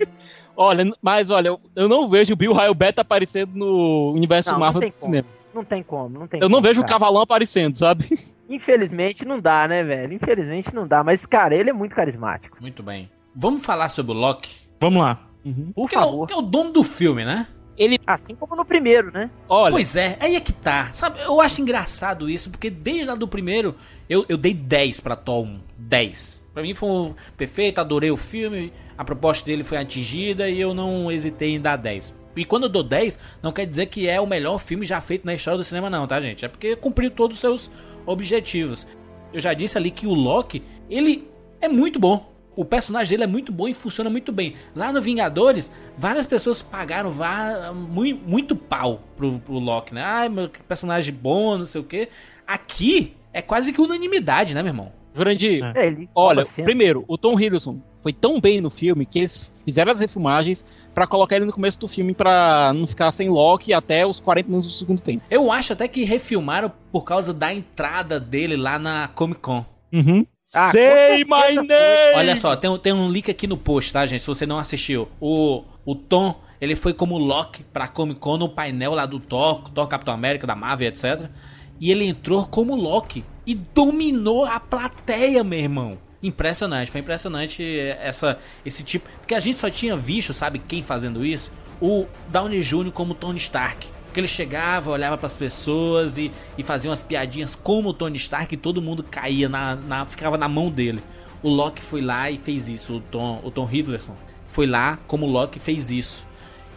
Olha, mas olha, eu, eu não vejo o Bill Raio Beta aparecendo no universo não, Marvel não do cinema. Não tem como, não tem Eu como, não vejo cara. o Cavalão aparecendo, sabe? Infelizmente não dá, né, velho? Infelizmente não dá. Mas, cara, ele é muito carismático. Muito bem. Vamos falar sobre o Loki? Vamos lá. Uhum. Por que favor. É o, que é o dono do filme, né? Ele, assim como no primeiro, né? Olha. Pois é, aí é que tá. Sabe, eu acho engraçado isso, porque desde lá do primeiro, eu, eu dei dez pra Thor um. dez. Pra mim foi um perfeito, adorei o filme, a proposta dele foi atingida e eu não hesitei em dar dez. E quando eu dou dez, não quer dizer que é o melhor filme já feito na história do cinema não, tá, gente? É porque cumpriu todos os seus objetivos. Eu já disse ali que o Loki, ele é muito bom. O personagem dele é muito bom e funciona muito bem. Lá no Vingadores, várias pessoas pagaram vá, muito, muito pau pro, pro Loki, né? Ai, meu personagem bom, não sei o quê. Aqui é quase que unanimidade, né, meu irmão? Jurandir, é, ele olha, assim. primeiro, o Tom Hiddleston foi tão bem no filme que eles fizeram as refilmagens pra colocar ele no começo do filme pra não ficar sem Loki até os quarenta minutos do segundo tempo. Eu acho até que refilmaram por causa da entrada dele lá na Comic Con. Uhum. Ah, Say my name! Olha só, tem, tem um link aqui no post, tá, gente? Se você não assistiu. O, o Tom, ele foi como Loki pra Comic Con no painel lá do Thor, Thor Capitão América, da Marvel, etcétera. E ele entrou como Loki e dominou a plateia, meu irmão. Impressionante, foi impressionante essa, esse tipo... Porque a gente só tinha visto, sabe quem fazendo isso? O Downey Júnior como Tony Stark. Porque ele chegava, olhava pras pessoas e, e fazia umas piadinhas como o Tony Stark e todo mundo caía, na, na, ficava na mão dele. O Loki foi lá e fez isso, o Tom, o Tom Hiddleston foi lá como o Loki fez isso.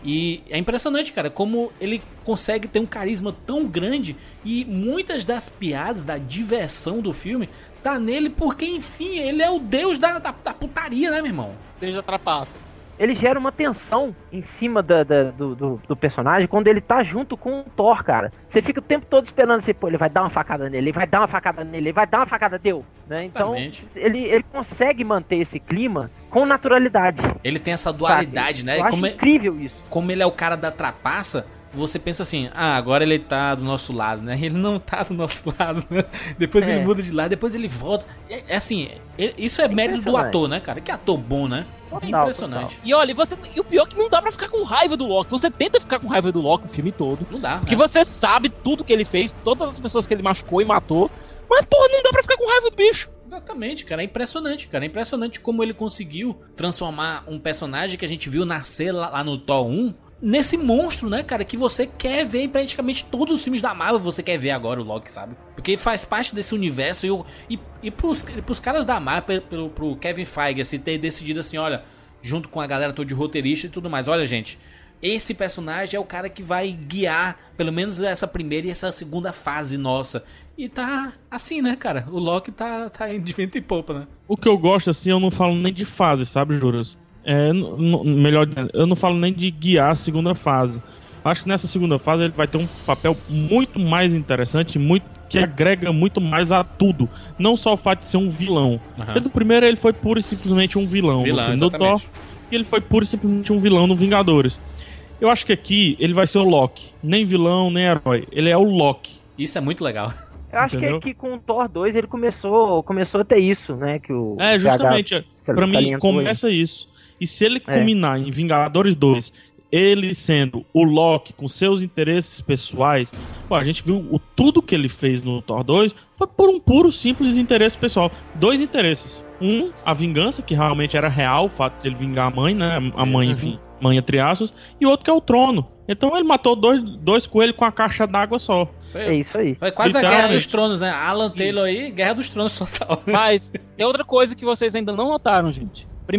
E é impressionante, cara, como ele consegue ter um carisma tão grande e muitas das piadas, da diversão do filme, tá nele porque, enfim, ele é o deus da, da, da putaria, né, meu irmão? Deus da trapaça. Ele gera uma tensão em cima da, da, do, do, do personagem quando ele tá junto com o Thor, cara. Você fica o tempo todo esperando assim, pô, ele vai dar uma facada nele, ele vai dar uma facada nele, ele vai dar uma facada, deu. Né? Então, ele, ele consegue manter esse clima com naturalidade. Ele tem essa dualidade, sabe? né? Eu acho como incrível é, isso. Como ele é o cara da trapaça, você pensa assim, ah, agora ele tá do nosso lado, né? Ele não tá do nosso lado, né? Depois é. ele muda de lado, depois ele volta. É, é assim, é, isso é, é mérito do ator, né, cara? Que ator bom, né? Total, é impressionante. Total. E olha, você, e o pior é que não dá pra ficar com raiva do Loki. Você tenta ficar com raiva do Loki o filme todo. Não dá. Porque né? você sabe tudo que ele fez, todas as pessoas que ele machucou e matou. Mas, porra, não dá pra ficar com raiva do bicho. Exatamente, cara. É impressionante, cara. É impressionante como ele conseguiu transformar um personagem que a gente viu nascer lá, lá no Thor um nesse monstro, né, cara, que você quer ver em praticamente todos os filmes da Marvel, você quer ver agora o Loki, sabe? Porque faz parte desse universo e, e, e pros, pros caras da Marvel, pro, pro Kevin Feige, assim, ter decidido assim, olha, junto com a galera toda de roteirista e tudo mais, olha, gente, esse personagem é o cara que vai guiar, pelo menos essa primeira e essa segunda fase nossa. E tá assim, né, cara? O Loki tá, tá indo de vento e popa, né? O que eu gosto, assim, eu não falo nem de fase, sabe, Juras? É, n- melhor dizendo, eu não falo nem de guiar a segunda fase. Acho que nessa segunda fase ele vai ter um papel muito mais interessante, muito, que agrega muito mais a tudo. Não só o fato de ser um vilão. Uhum. Porque do primeiro ele foi pura e simplesmente um vilão. Vilão, no Thor, e ele foi pura e simplesmente um vilão no Vingadores. Eu acho que aqui ele vai ser o Loki. Nem vilão, nem herói. Ele é o Loki. Isso é muito legal. Eu acho Entendeu? que, que com o Thor dois ele começou, começou a ter isso, né? Que o é, justamente. Pra mim, começa aí. isso. E se ele é. culminar em Vingadores dois, ele sendo o Loki com seus interesses pessoais, pô, a gente viu o, tudo que ele fez no Thor dois foi por um puro, simples interesse pessoal. Dois interesses. Um, a vingança, que realmente era real, o fato de ele vingar a mãe, né? A mãe, enfim, mãe entre aspas. E outro que é o trono. Então ele matou dois, dois coelhos com a caixa d'água só. Foi, é isso aí. Foi quase a Guerra dos Tronos, né? Alan Taylor aí, Guerra dos Tronos total. Mas tem outra coisa que vocês ainda não notaram, gente. Primeiro,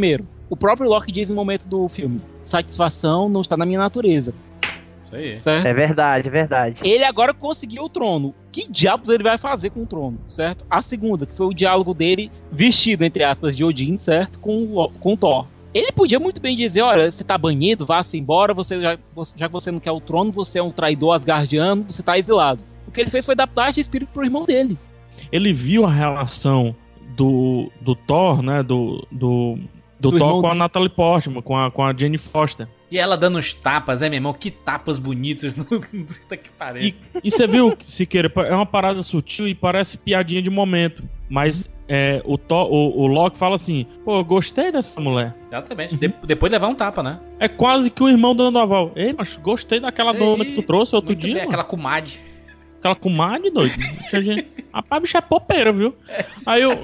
o próprio Loki diz no momento do filme: satisfação não está na minha natureza. Isso aí. Certo? É verdade, é verdade. Ele agora conseguiu o trono. Que diabos ele vai fazer com o trono, certo? A segunda, que foi o diálogo dele vestido, entre aspas, de Odin, certo? Com o, com o Thor. Ele podia muito bem dizer: olha, você tá banido, vá-se embora, você já, já que você não quer o trono, você é um traidor asgardiano, você tá exilado. O que ele fez foi dar paz de espírito pro irmão dele. Ele viu a relação do, do Thor, né? Do, do, do, Do Thor irmão com a dele. Natalie Portman, com a, com a Jane Foster. E ela dando uns tapas, é, meu irmão? Que tapas bonitos. Puta que pariu. E, e você viu, Siqueira, é uma parada sutil e parece piadinha de momento. Mas é, o, Thor, o, o Loki fala assim: pô, eu gostei dessa mulher. Exatamente. De- depois de levar um tapa, né? É quase que o irmão dando aval. Ei, mas gostei daquela Sei. dona que tu trouxe outro Muito dia. bem, mano. aquela comadre. Aquela comadre, doido. Deixa a gente... Rapaz, bicho é popeira, viu? Aí eu...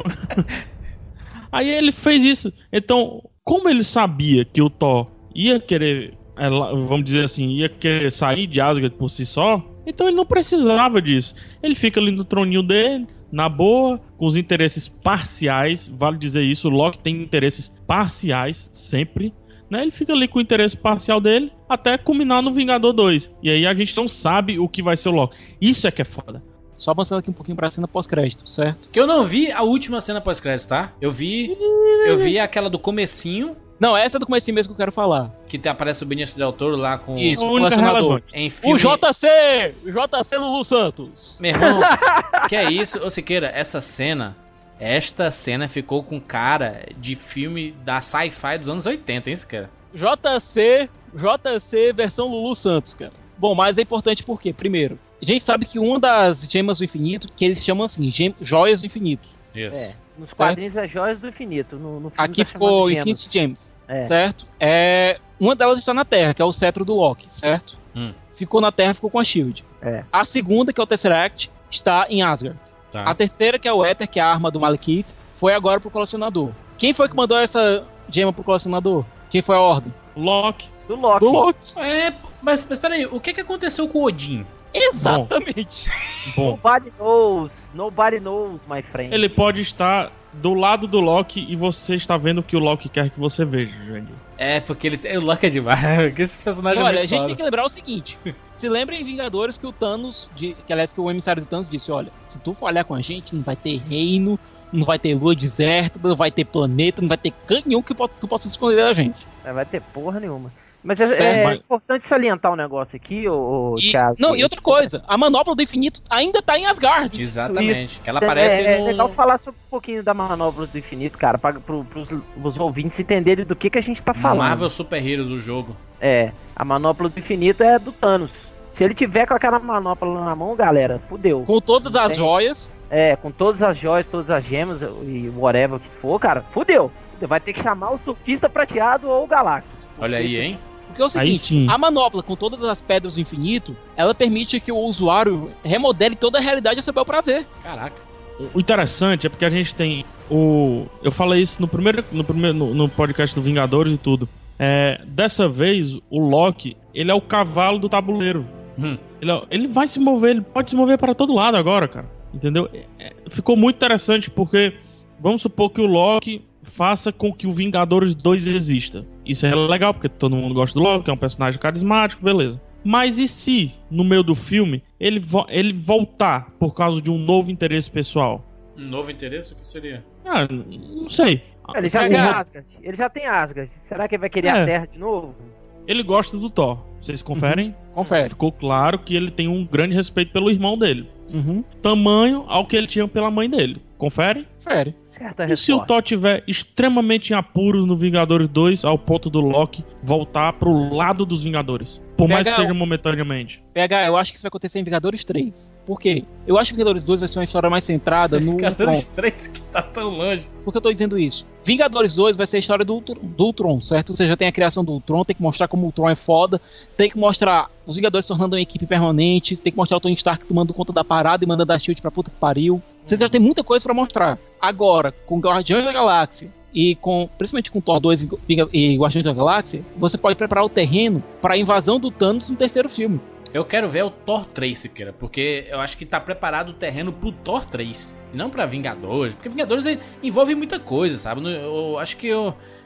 Aí ele fez isso. Então, como ele sabia que o Thor ia querer, é, lá- vamos dizer assim, ia querer sair de Asgard por si só, então ele não precisava disso. Ele fica ali no troninho dele, na boa, com os interesses parciais. Vale dizer isso, o Loki tem interesses parciais, sempre. Né? Ele fica ali com o interesse parcial dele até culminar no Vingador dois. E aí a gente não sabe o que vai ser o Loki. Isso é que é foda. Só avançando aqui um pouquinho pra cena pós-crédito, certo? Que eu não vi a última cena pós-crédito, tá? Eu vi. Eu vi aquela do comecinho, Não, essa é do comecinho mesmo que eu quero falar. que te- aparece o Benício Del Toro lá com. Isso, a o única colecionador. relevante. Em filme. O J C! O J C Lulu Santos. Meu irmão, que é isso? Ô Siqueira, essa cena. Esta cena ficou com cara de filme da sci-fi dos anos oitenta, hein, Siqueira? J C, J C versão Lulu Santos, cara. Bom, mas é importante porque, primeiro, a gente sabe que uma das gemas do infinito, que eles chamam assim, gem- joias do infinito. Isso. É, nos quadrinhos é Joias do Infinito. No, no filme Aqui tá ficou chamado Gemas. Infinity Gems, É. certo? É, uma delas está na Terra, que é o cetro do Loki, certo? Hum. Ficou na Terra, ficou com a Shield. É. A segunda, que é o Tesseract, está em Asgard. Tá. A terceira, que é o Éter, que é a arma do Malekith, foi agora pro colecionador. Quem foi que mandou essa gema pro colecionador? Quem foi a ordem? Loki. Do Loki. Do Loki. É, mas, mas peraí, o que que aconteceu com o Odin? Exatamente. Bom, Nobody knows. Nobody knows, my friend. ele pode estar do lado do Loki e você está vendo o que o Loki quer que você veja, Jandir. É, porque ele. O Loki é demais. Porque esse personagem é Olha, muito a gente foda. tem que lembrar o seguinte. Se lembra em Vingadores que o Thanos, de, que aliás que o emissário do Thanos disse, olha, se tu falhar com a gente, não vai ter reino, não vai ter lua deserta, não vai ter planeta, não vai ter canto nenhum que po- tu possa esconder da gente. É, vai ter porra nenhuma. Mas é, Certo, é mas- importante salientar um negócio aqui, ô, ô E, Thiago. não, e outra coisa, a manopla do infinito ainda tá em Asgard. Exatamente. Que ela É, aparece é, no. é legal falar sobre um pouquinho da Manobra do Infinito, cara, para pro, pros, pros ouvintes entenderem do que, que a gente tá falando. Marvel Super Heroes, o jogo. É, a Manopla do Infinito é do Thanos. Se ele tiver com aquela manopla na mão, galera, fudeu. Com todas as Tem. joias. É, com todas as joias, todas as gemas e whatever que for, cara, fudeu. Fudeu. Vai ter que chamar o Surfista Prateado ou o Galactus. Olha aí, hein? Porque é o Aí seguinte, sim. a manopla com todas as pedras do infinito, ela permite que o usuário remodele toda a realidade a seu bel prazer. Caraca. O interessante é porque a gente tem o... Eu falei isso no primeiro, no, primeiro no, no podcast do Vingadores e tudo. É, dessa vez, o Loki, ele é o cavalo do tabuleiro. Hum. Ele, é- ele vai se mover, ele pode se mover para todo lado agora, cara. Entendeu? É, é, ficou muito interessante porque vamos supor que o Loki faça com que o Vingadores dois exista. Isso é legal, porque todo mundo gosta do Loki, é um personagem carismático, beleza. Mas e se, no meio do filme, ele, vo- ele voltar por causa de um novo interesse pessoal? Um novo interesse? O que seria? Ah, não sei. Ele já Vai tem ganhar. Asgard. Ele já tem Asgard. Será que ele vai querer É. a Terra de novo? Ele gosta do Thor. Vocês conferem? Confere. Ficou claro que ele tem um grande respeito pelo irmão dele. Uhum. Tamanho ao que ele tinha pela mãe dele. Confere? Confere. Certa E se o resposta. Thor tiver extremamente em apuros no Vingadores dois, ao ponto do Loki voltar pro lado dos Vingadores? Por mais que Pega seja o- momentaneamente. P H, eu acho que isso vai acontecer em Vingadores três. Por quê? Eu acho que Vingadores dois vai ser uma história mais centrada no Ultron. Vingadores três que tá tão longe. Por que eu tô dizendo isso? Vingadores dois vai ser a história do, Ultron- do Ultron, certo? Você já tem a criação do Ultron, tem que mostrar como o Ultron é foda, tem que mostrar os Vingadores se tornando uma equipe permanente, tem que mostrar o Tony Stark tomando conta da parada e mandando a Shield pra puta que pariu. Você já tem muita coisa pra mostrar. Agora, com Guardiões da Galáxia e com, principalmente com Thor dois e Vinga- e Guardiões da Galáxia, você pode preparar o terreno pra invasão do Thanos no terceiro filme. Eu quero ver o Thor três, Siqueira, porque eu acho que tá preparado o terreno pro Thor três. E não pra Vingadores. Porque Vingadores ele envolve muita coisa, sabe? Eu, eu acho que eu,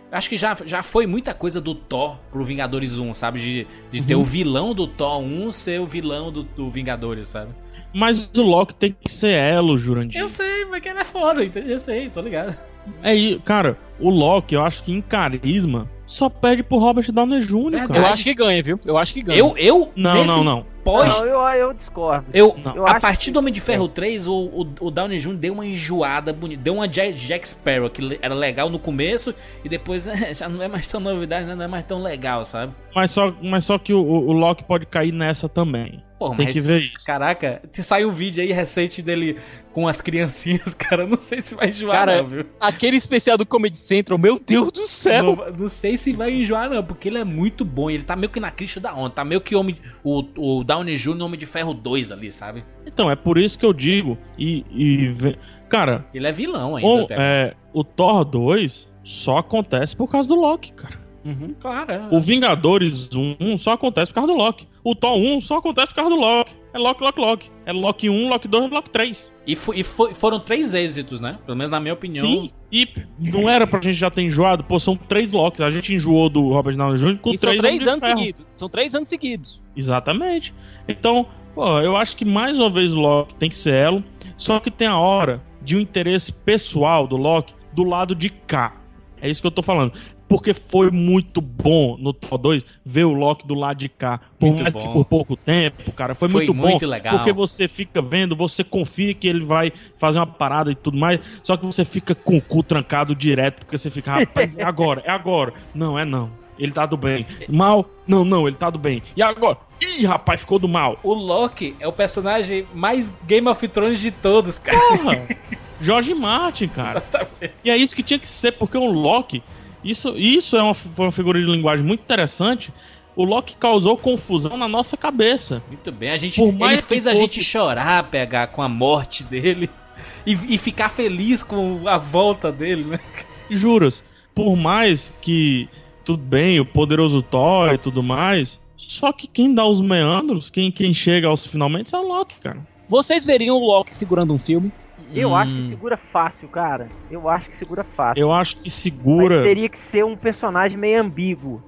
Acho que já, já foi muita coisa do Thor pro Vingadores um, sabe? De, de ter Uhum. o vilão do Thor um ser o vilão do, do Vingadores, sabe? Mas o Loki tem que ser elo, Jurandir. Eu sei, mas que ele é foda, entendeu? Eu sei, tô ligado. É aí, cara, o Loki, eu acho que em carisma, só perde pro Robert Downey Júnior, Verdade. cara. Eu acho que ganha, viu? Eu acho que ganha. Eu, eu Não, nesse não, não. Pós, Não, eu, eu discordo. eu, Não. Eu a acho partir que- do Homem de Ferro três, o, o, o Downey Júnior deu uma enjoada bonita. Deu uma Jack, Jack Sparrow, que le- era legal no começo, e depois é, já não é mais tão novidade, né? Não é mais tão legal, sabe? Mas só, mas só que o, o Loki pode cair nessa também. Pô, Tem mas, que ver isso. Caraca, te saiu um vídeo aí recente dele com as criancinhas, cara. Não sei se vai enjoar, Cara, não, viu? aquele especial do Comedy Central, meu Deus do céu. Não, não sei se vai enjoar, não, porque ele é muito bom. Ele tá meio que na crista da onda. Tá meio que homem, o, o Downey Júnior no Homem de Ferro dois ali, sabe? Então, é por isso que eu digo. E. e ve- cara, Ele é vilão ainda. o, até. é, o Thor dois só acontece por causa do Loki, cara. Uhum. Claro, é. O Vingadores um só acontece por causa do Loki. O Thor um só acontece por causa do Loki. É Loki, Loki, Loki. É Loki um, Loki dois, Loki três. E, fo- e fo- foram três êxitos, né? Pelo menos na minha opinião. Sim, e não era pra gente já ter enjoado? Pô, são três Locks. A gente enjoou do Robert Downey Júnior com E são três, três Homens de anos Ferro. seguidos. São três anos seguidos. Exatamente. Então, pô, eu acho que mais uma vez o Loki tem que ser elo. Só que tem a hora de um interesse pessoal do Loki do lado de cá. É isso que eu tô falando. Porque foi muito bom no Thor dois ver o Loki do lado de cá. Por Muito mais bom. que por pouco tempo, cara. Foi, Foi muito bom. muito legal. Porque você fica vendo, você confia que ele vai fazer uma parada e tudo mais. Só que você fica com o cu trancado direto. Porque você fica, rapaz, é agora, é agora. Não, é não. Ele tá do bem. Mal? Não, não, ele tá do bem. E agora? Ih, rapaz, ficou do mal. O Loki é o personagem mais Game of Thrones de todos, cara. Porra! Jorge Martin, cara. E é isso que tinha que ser, porque o Loki, isso, isso é uma, foi uma figura de linguagem muito interessante. O Loki causou confusão na nossa cabeça. Muito bem, a gente, Por mais ele que fez a fosse- gente chorar, pegar com a morte dele e, e ficar feliz com a volta dele, né? Juras, por mais que, tudo bem, o poderoso Thor e tudo mais, só que quem dá os meandros, quem, quem chega aos finalmente é o Loki, cara. Vocês veriam o Loki segurando um filme? Eu Hum. acho que segura fácil, cara. Eu acho que segura fácil. Eu acho que Mas segura... teria que ser um personagem meio ambíguo.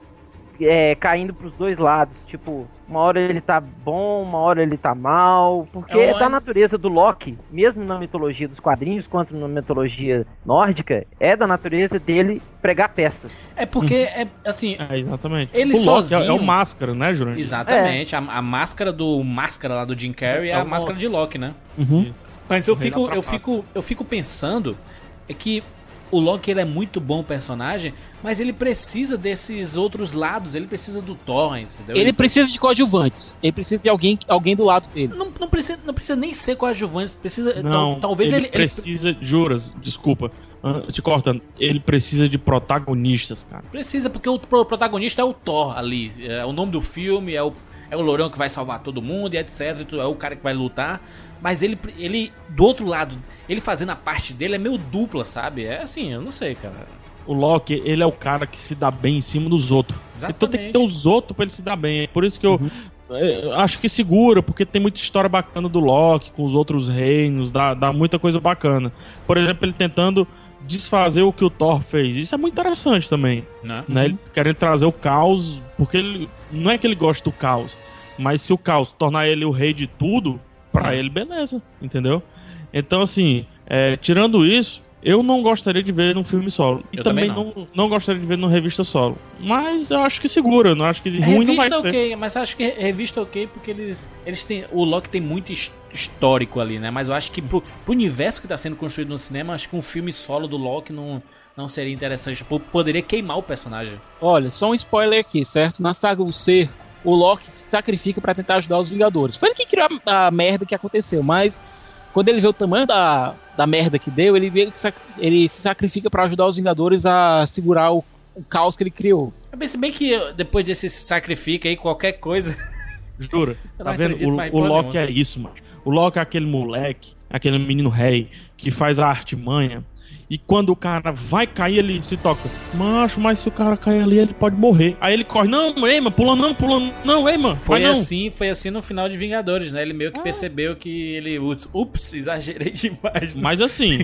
É, caindo pros dois lados. Tipo, uma hora ele tá bom, uma hora ele tá mal. Porque É é um- da natureza do Loki, mesmo na mitologia dos quadrinhos, quanto na mitologia nórdica, é da natureza dele pregar peças. É porque, é assim, É, exatamente. Ele o Loki é, sozinho- é o Máscara, né, Jurandir? exatamente, a, a máscara do Máscara lá do Jim Carrey é, É a o máscara Loki. de Loki, né? Uhum. Mas eu O rei fico, da eu trapaça. fico, eu fico pensando é que o Loki ele é muito bom personagem, mas ele precisa desses outros lados, ele precisa do Thor, entendeu? Ele precisa de coadjuvantes. Ele precisa de alguém, alguém do lado dele. não, não precisa, não precisa nem ser coadjuvante, precisa Não, tal- talvez ele, ele precisa... Juras, desculpa, ah, te cortando. Ele precisa de protagonistas, cara. ele precisa porque o pro- protagonista é o Thor ali, é o nome do filme, é o é o lourão que vai salvar todo mundo e etc, é o cara que vai lutar, mas ele ele do outro lado, ele fazendo a parte dele é meio dupla, sabe? É assim, eu não sei, cara. O Loki, ele é o cara que se dá bem em cima dos outros. Exatamente. Então tem que ter os outros pra ele se dar bem. É por isso que eu, é, acho que segura, porque tem muita história bacana do Loki com os outros reinos, dá, dá muita coisa bacana. Por exemplo, ele tentando desfazer o que o Thor fez. Isso é muito interessante também. Né? Né? Ele querendo trazer o caos, porque ele não é que ele gosta do caos, mas se o caos tornar ele o rei de tudo, pra ele, beleza, entendeu? Então, assim, é, tirando isso, eu não gostaria de ver num filme solo. E Eu também, também não. Não, gostaria de ver numa revista solo. Mas eu acho que segura, não acho que ruim não vai Revista ser. ok, mas acho que revista ok porque eles, eles têm. O Loki tem muito his- histórico ali, né? Mas eu acho que pro, pro universo que tá sendo construído no cinema, acho que um filme solo do Loki não, não seria interessante. P- Poderia queimar o personagem. Olha, só um spoiler aqui, certo? Na saga O Cerco, o Loki se sacrifica pra tentar ajudar os Vingadores. Foi ele que criou a, a merda que aconteceu, mas quando ele vê o tamanho da, da merda que deu, ele, vê que sac- ele se sacrifica pra ajudar os Vingadores a segurar o, o caos que ele criou. Eu pensei bem que depois desse sacrifício aí, qualquer coisa. Jura? Eu Tá não vendo? acredito O, mais em o porra Loki nenhuma. é isso, mano. O Loki é aquele moleque, aquele menino rei, que faz a artimanha. E quando o cara vai cair, ele se toca. Macho, mas se o cara cair ali, ele pode morrer. Aí ele corre. Não, ei, mano, pula não, pula não, ei, mano. Foi vai não. assim, foi assim no final de Vingadores, né? Ele meio que percebeu que ele. Ups, ups, exagerei demais. Né? Mas assim,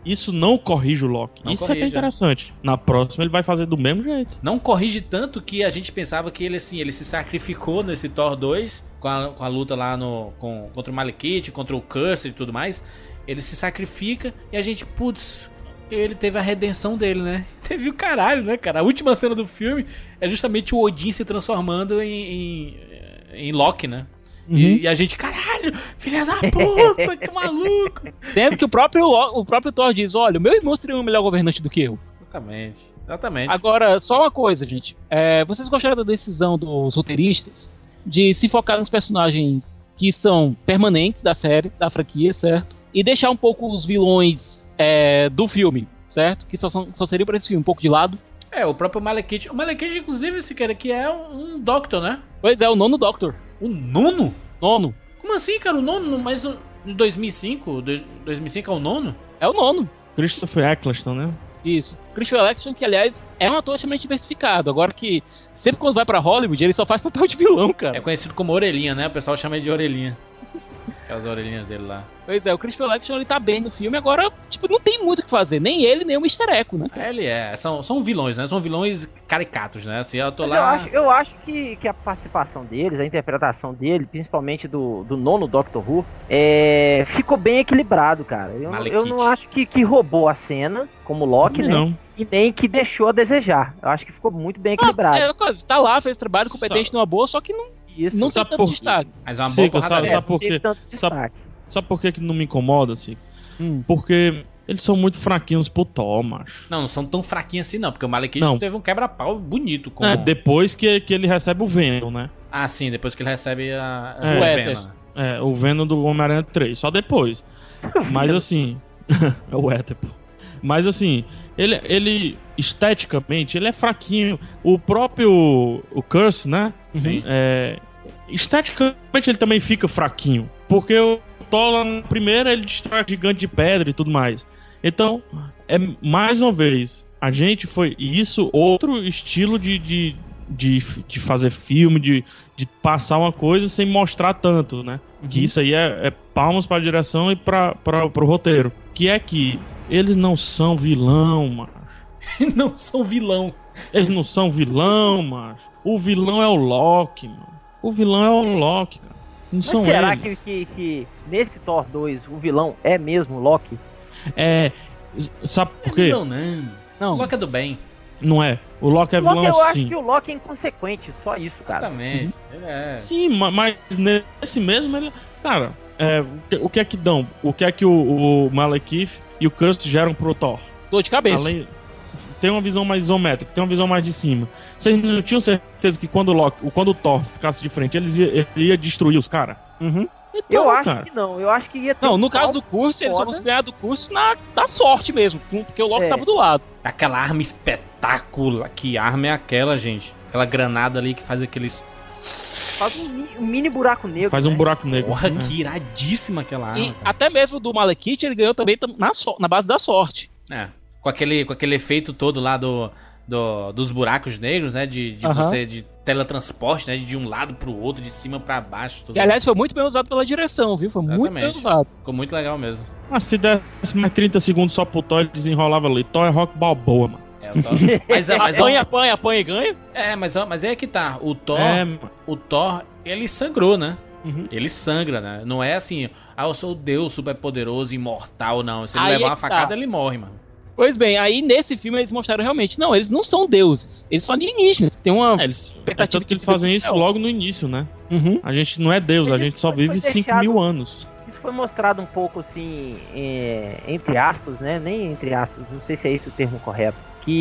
isso não corrige o Loki. Não isso corrige, é que é interessante. Na próxima ele vai fazer do mesmo jeito. Não corrige tanto que a gente pensava que ele, assim, ele se sacrificou nesse Thor dois, com a, com a luta lá no, com, contra o Malekith, contra o Cursed e tudo mais. Ele se sacrifica e a gente, putz, ele teve a redenção dele, né? Teve o caralho, né, cara? A última cena do filme é justamente o Odin se transformando em, em, em Loki, né? Uhum. E, e a gente, caralho, filha da puta, que maluco. Sendo que o próprio, o próprio Thor diz, olha, o meu irmão seria um melhor governante do que eu. Exatamente, exatamente. Agora, só uma coisa, gente. É, vocês gostaram da decisão dos roteiristas de se focar nos personagens que são permanentes da série, da franquia, certo? E deixar um pouco os vilões é, do filme, certo? Que só, só seriam para esse filme, um pouco de lado. É, o próprio Malekith. O Malekith, inclusive, esse cara aqui é um, um Doctor, né? Pois é, o nono Doctor. O nono? Nono. Como assim, cara? O nono? Mas no, no dois mil e cinco? dois mil e cinco é o nono? É o nono. Christopher Eccleston, né? Isso. Christopher Eccleston, que aliás é um ator extremamente diversificado. Agora que sempre quando vai pra Hollywood, ele só faz papel de vilão, cara. É conhecido como Orelhinha, né? O pessoal chama ele de Orelhinha. Aquelas orelhinhas dele lá. Pois é, o Christopher Eccleston, ele tá bem no filme. Agora, tipo, não tem muito o que fazer. Nem ele, nem o mister Echo, né? É, ele é. São, são vilões, né? São vilões caricatos, né? Assim, eu tô Mas lá... eu acho, eu acho que, que a participação deles, a interpretação dele, principalmente do, do nono Doctor Who, é, ficou bem equilibrado, cara. Eu, eu não acho que, que roubou a cena, como Loki, né? Não. E nem que deixou a desejar. Eu acho que ficou muito bem equilibrado. Ah, é, tá lá, fez trabalho competente numa boa, só que não, Isso. não tem Sabe tanto por- destaque. Mas é uma boa Sica, porrada. sabe, É, sabe por Teve quê? tanto Sabe, destaque. sabe por que que não me incomoda, assim? Hum. Porque eles são muito fraquinhos pro Thor, macho. Não, não são tão fraquinhos assim, não. Porque o Malekith Não. teve um quebra-pau bonito. Com... É, depois que, que ele recebe o Venom, né? Ah, sim. Depois que ele recebe a... É. o O Venom. Éter. É, o Venom do Homem-Aranha três, só depois. Mas assim... é o Éter, pô. Mas assim, ele, ele esteticamente, ele é fraquinho. O próprio o Curse, né? Sim. É, esteticamente ele também fica fraquinho. Porque o Thor lá na primeira ele destrói o gigante de pedra e tudo mais. Então, é mais uma vez, a gente foi... E isso, outro estilo de, de, de, de fazer filme, de, de passar uma coisa sem mostrar tanto, né? Uhum. Que isso aí é, é palmas pra direção e pra, pra, pro roteiro. Que é que eles não são vilão, mano. Não são vilão. Eles não são vilão, macho. O vilão é o Loki, mano. O vilão é o Loki, cara. Não Mas são será que, eles. que, que nesse Thor dois o vilão é mesmo o Loki? É... Sabe É por quê? vilão, não. Não. O Loki é do bem. Não é. O Loki é O Loki, vilão, eu acho sim. que o Loki é inconsequente, só isso, cara. Exatamente. Ele é... Sim, ma- mas nesse mesmo ele... Cara, é, o, que, o que é que dão? O que é que o, o Malekith e o Curse geram pro Thor? Dor de cabeça. Além... Tem uma visão mais isométrica, tem uma visão mais de cima. Vocês não tinham certeza que quando o, Loki, quando o Thor ficasse de frente, eles ia, ele ia destruir os caras? Uhum. Então, Eu acho cara, que não, eu acho que ia ter Não, um no caso do Thor curso, eles só foda. vão ganhar do curso na, na sorte mesmo, porque o Loki É. tava do lado. Aquela arma espetacular. Que arma é aquela, gente? Aquela granada ali que faz aqueles... Faz um, mi- um mini buraco negro. faz um né? buraco negro. Porra, né? que iradíssima aquela arma, E cara. até mesmo do Malekith, ele ganhou também tam- na, so- na base da sorte. É, com aquele, com aquele efeito todo lá do, do- dos buracos negros, né? De, de Aham. você, de teletransporte, né? De um lado pro outro, de cima pra baixo. Tudo. Que, aliás, foi muito bem usado pela direção, viu? Foi muito bem Exatamente. usado. Ficou muito legal mesmo. Mas se desse mais trinta segundos só pro Thor, ele desenrolava ali. Thor é Rock Balboa, mano. É, o Thor. mas, é, mas, Apanha, é, apanha, apanha e ganha. é, mas, é- mas é que tá. O Thor, É, mano. o Thor, ele sangrou, né? Uhum. Ele sangra, né? Não é assim, ah, eu sou o Deus super poderoso, imortal, não. Se ele Aí levar é uma que facada, tá. ele morre, mano. Pois bem, aí nesse filme eles mostraram realmente, não, eles não são deuses, eles são alienígenas, que tem uma... É, eles, é Expectativa tanto que eles de fazem vida isso céu. logo no início, né? Uhum. A gente não é Deus, Mas a isso gente só foi- vive foi cinco deixado- mil anos. Isso foi mostrado um pouco assim, é, entre aspas, né? Nem entre aspas, não sei se é esse o termo correto.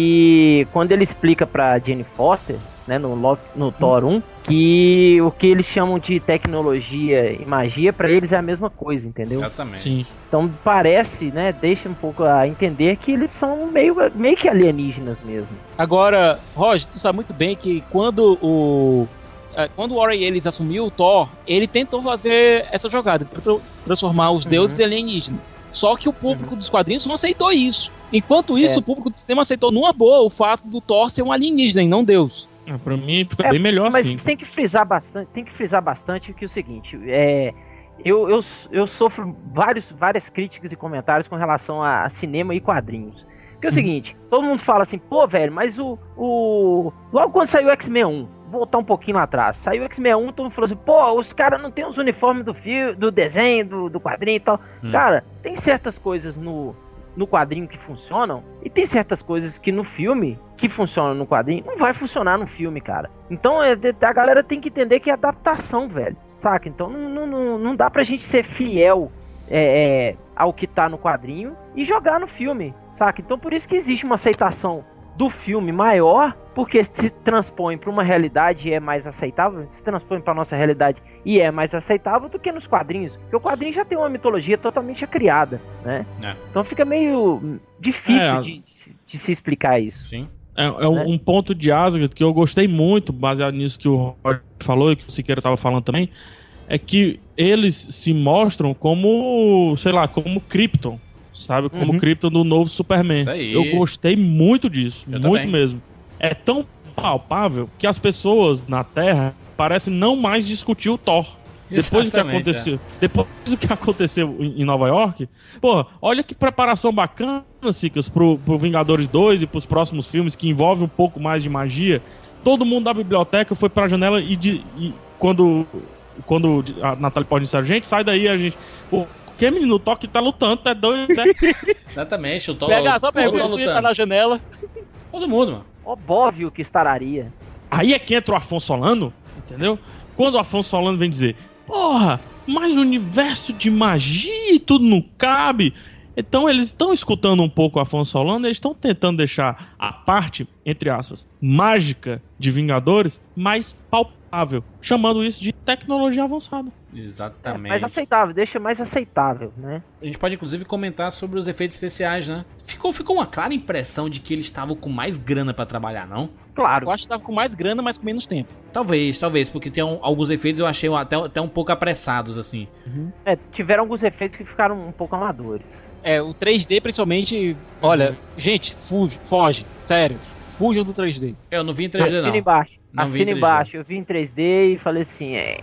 Que quando ele explica pra Jane Foster, né, no, Loki- no Thor um, que o que eles chamam de tecnologia e magia, pra eles é a mesma coisa, entendeu? Exatamente. Sim. Então parece, né, deixa um pouco a entender que eles são meio, meio que alienígenas mesmo. Agora, Roger, tu sabe muito bem que quando o... eh, Quando o Warren Ellis assumiu o Thor, ele tentou fazer essa jogada, tentou transformar os deuses em alienígenas. Só que o público dos quadrinhos não aceitou isso. Enquanto isso, É. o público do cinema aceitou numa boa o fato do Thor ser um alienígena e não Deus. É, pra mim fica É, bem melhor Mas assim. tem que frisar bastante, tem que frisar bastante que é o seguinte, é, eu, eu, eu sofro vários, várias críticas e comentários com relação a, a cinema e quadrinhos. Porque é o seguinte, todo mundo fala assim, pô, velho, mas o... o... Logo quando saiu o X-Men um, vou voltar um pouquinho lá atrás, saiu o X-Men um, todo mundo falou assim, pô, os caras não tem os uniformes do filme, do desenho, do, do quadrinho e tal. Hum. Cara, tem certas coisas no, no quadrinho que funcionam, e tem certas coisas que no filme, que funcionam no quadrinho, não vai funcionar no filme, cara. Então é, a galera tem que entender que é adaptação, velho, saca? Então não, não, não dá pra gente ser fiel é, é, ao que tá no quadrinho e jogar no filme, saca? Então por isso que existe uma aceitação do filme maior, porque se transpõe para uma realidade e é mais aceitável, se transpõe para nossa realidade e é mais aceitável do que nos quadrinhos, porque o quadrinho já tem uma mitologia totalmente criada, né? É. Então fica meio difícil é, de, de se explicar isso. Sim. É, é um, né? um ponto de Asgard que eu gostei muito, baseado nisso que o Roger falou e que o Siqueira estava falando também, é que eles se mostram como, sei lá, como Krypton. Sabe? Como o uhum. Krypton do novo Superman. Isso aí. Eu gostei muito disso. Eu muito também. mesmo. É tão palpável que as pessoas na Terra parecem não mais discutir o Thor. Depois do que aconteceu, é. depois do que aconteceu em Nova York, pô, olha que preparação bacana, Cicas, pro, pro Vingadores dois e pros próximos filmes que envolvem um pouco mais de magia. Todo mundo da biblioteca foi pra janela e, de, e quando, quando a Natália pode dizer, gente, sai daí, a gente... Pô, que menino, o Thor tá lutando, tá doido, né? Exatamente, o Thor Pega, só pergunta, tu tá na janela. Todo mundo, mano. Óbvio que estararia. Aí é que entra o Afonso Solano, entendeu? Quando o Afonso Solano vem dizer, porra, mas o universo de magia e tudo não cabe. Então eles estão escutando um pouco o Afonso Solano, eles estão tentando deixar a parte, entre aspas, mágica de Vingadores mais palpável, chamando isso de tecnologia avançada. Exatamente. É, mais aceitável, deixa mais aceitável, né? A gente pode inclusive comentar sobre os efeitos especiais, né? Ficou, ficou uma clara impressão de que eles estavam com mais grana pra trabalhar, não? Claro. Eu acho que estavam com mais grana, mas com menos tempo. Talvez, talvez, porque tem um, alguns efeitos eu achei até, até um pouco apressados, assim. Uhum. É, tiveram alguns efeitos que ficaram um pouco amadores. É, o três D principalmente, olha, uhum. gente, fuge, foge, sério. Fujam do três D. Eu não vi em três D, Assina não. Embaixo. Não Assina embaixo. Eu vi em três D e falei assim... É,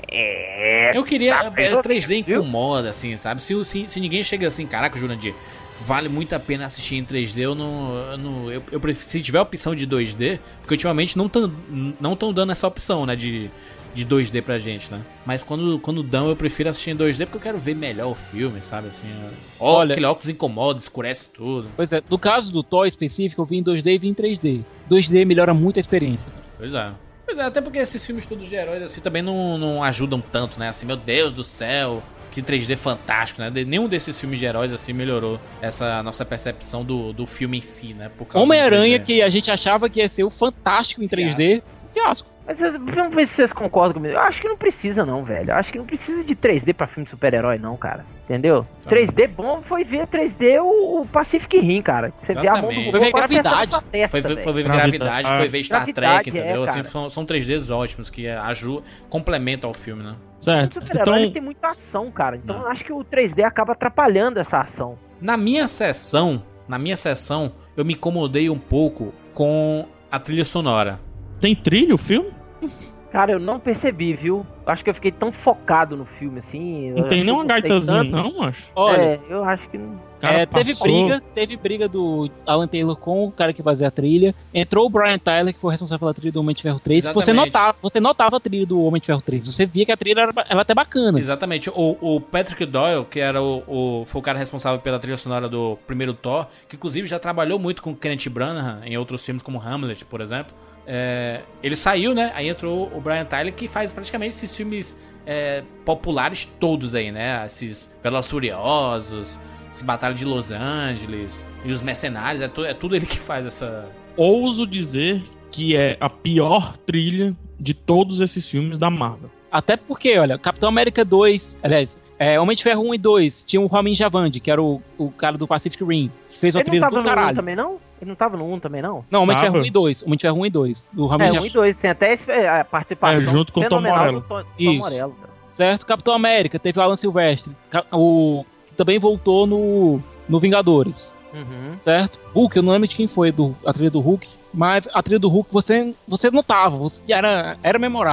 é, eu queria... Tá o três D incomoda, assim, sabe? Se, se, se ninguém chega assim... Caraca, Jurandir, vale muito a pena assistir em três D. Eu não... Eu, não, eu, eu prefiro, se tiver a opção de dois D... Porque ultimamente não estão não tão dando essa opção, né? De, de dois D pra gente, né? Mas quando, quando dão, eu prefiro assistir em dois D porque eu quero ver melhor o filme, sabe? Assim, ó, olha, aquele óculos incomoda, escurece tudo. Pois é, no caso do Toy específico, eu vi em dois D e vi em três D. dois D melhora muito a experiência. Pois é. Pois é, até porque esses filmes todos de heróis assim também não, não ajudam tanto, né? Assim, meu Deus do céu, que três D fantástico, né? Nenhum desses filmes de heróis assim melhorou essa nossa percepção do, do filme em si, né? Homem-Aranha, que a gente achava que ia ser o fantástico em três D, fiasco. Mas vamos ver se vocês concordam comigo. Eu acho que não precisa não, velho. Eu acho que não precisa de três D pra filme de super-herói não, cara. Entendeu? Tá. três D bom foi ver três D o, o Pacific Rim, cara. Você vê a mão do Foi ver Gravidade. Testa, foi, foi ver Gravidade, Gravidade foi ver Star Trek, entendeu? É, assim, são, são três Ds ótimos que ajudam, complementam ao filme, né? Certo. O super-herói então... ele tem muita ação, cara. Então não. Eu acho que o três D acaba atrapalhando essa ação. Na minha sessão, na minha sessão, eu me incomodei um pouco com a trilha sonora. Tem trilha o filme? Cara, eu não percebi, viu? Acho que eu fiquei tão focado no filme, assim... Não tem nenhuma gaitazinha, não, acho? Olha, é, eu acho que não... É, teve briga, teve briga do Alan Taylor com o cara que fazia a trilha. Entrou o Brian Tyler, que foi responsável pela trilha do Homem de Ferro três. Você notava, você notava a trilha do Homem de Ferro três. Você via que a trilha era, era até bacana. Exatamente. O, o Patrick Doyle, que era o, o, foi o cara responsável pela trilha sonora do primeiro Thor, que inclusive já trabalhou muito com Kenneth Branagh em outros filmes como Hamlet, por exemplo. É, ele saiu, né? Aí entrou o Brian Tyler, que faz praticamente esses filmes é, populares todos aí, né? Esses Velozes Furiosos, esse Batalha de Los Angeles e os Mercenários, é, tu, é tudo ele que faz essa... Ouso dizer que é a pior trilha de todos esses filmes da Marvel. Até porque, olha, Capitão América dois, aliás, é, Homem de Ferro um e dois, tinha o Ramin Djawadi, que era o, o cara do Pacific Rim, que fez a trilha do caralho. Ele também não? Ele não tava no um também, não? Não, Homem de Ferro um e dois. Homem de Ferro um e dois. Do Ramin é, um e dois. Tem até a participação é, junto com o Tom Morello. Tom, Tom Morello, certo? Capitão América, teve o Alan Silvestre, o, que também voltou no, no Vingadores. Uhum. Certo? Hulk, eu não lembro de quem foi do, a trilha do Hulk, mas a trilha do Hulk você, você notava, você, era, era memorável.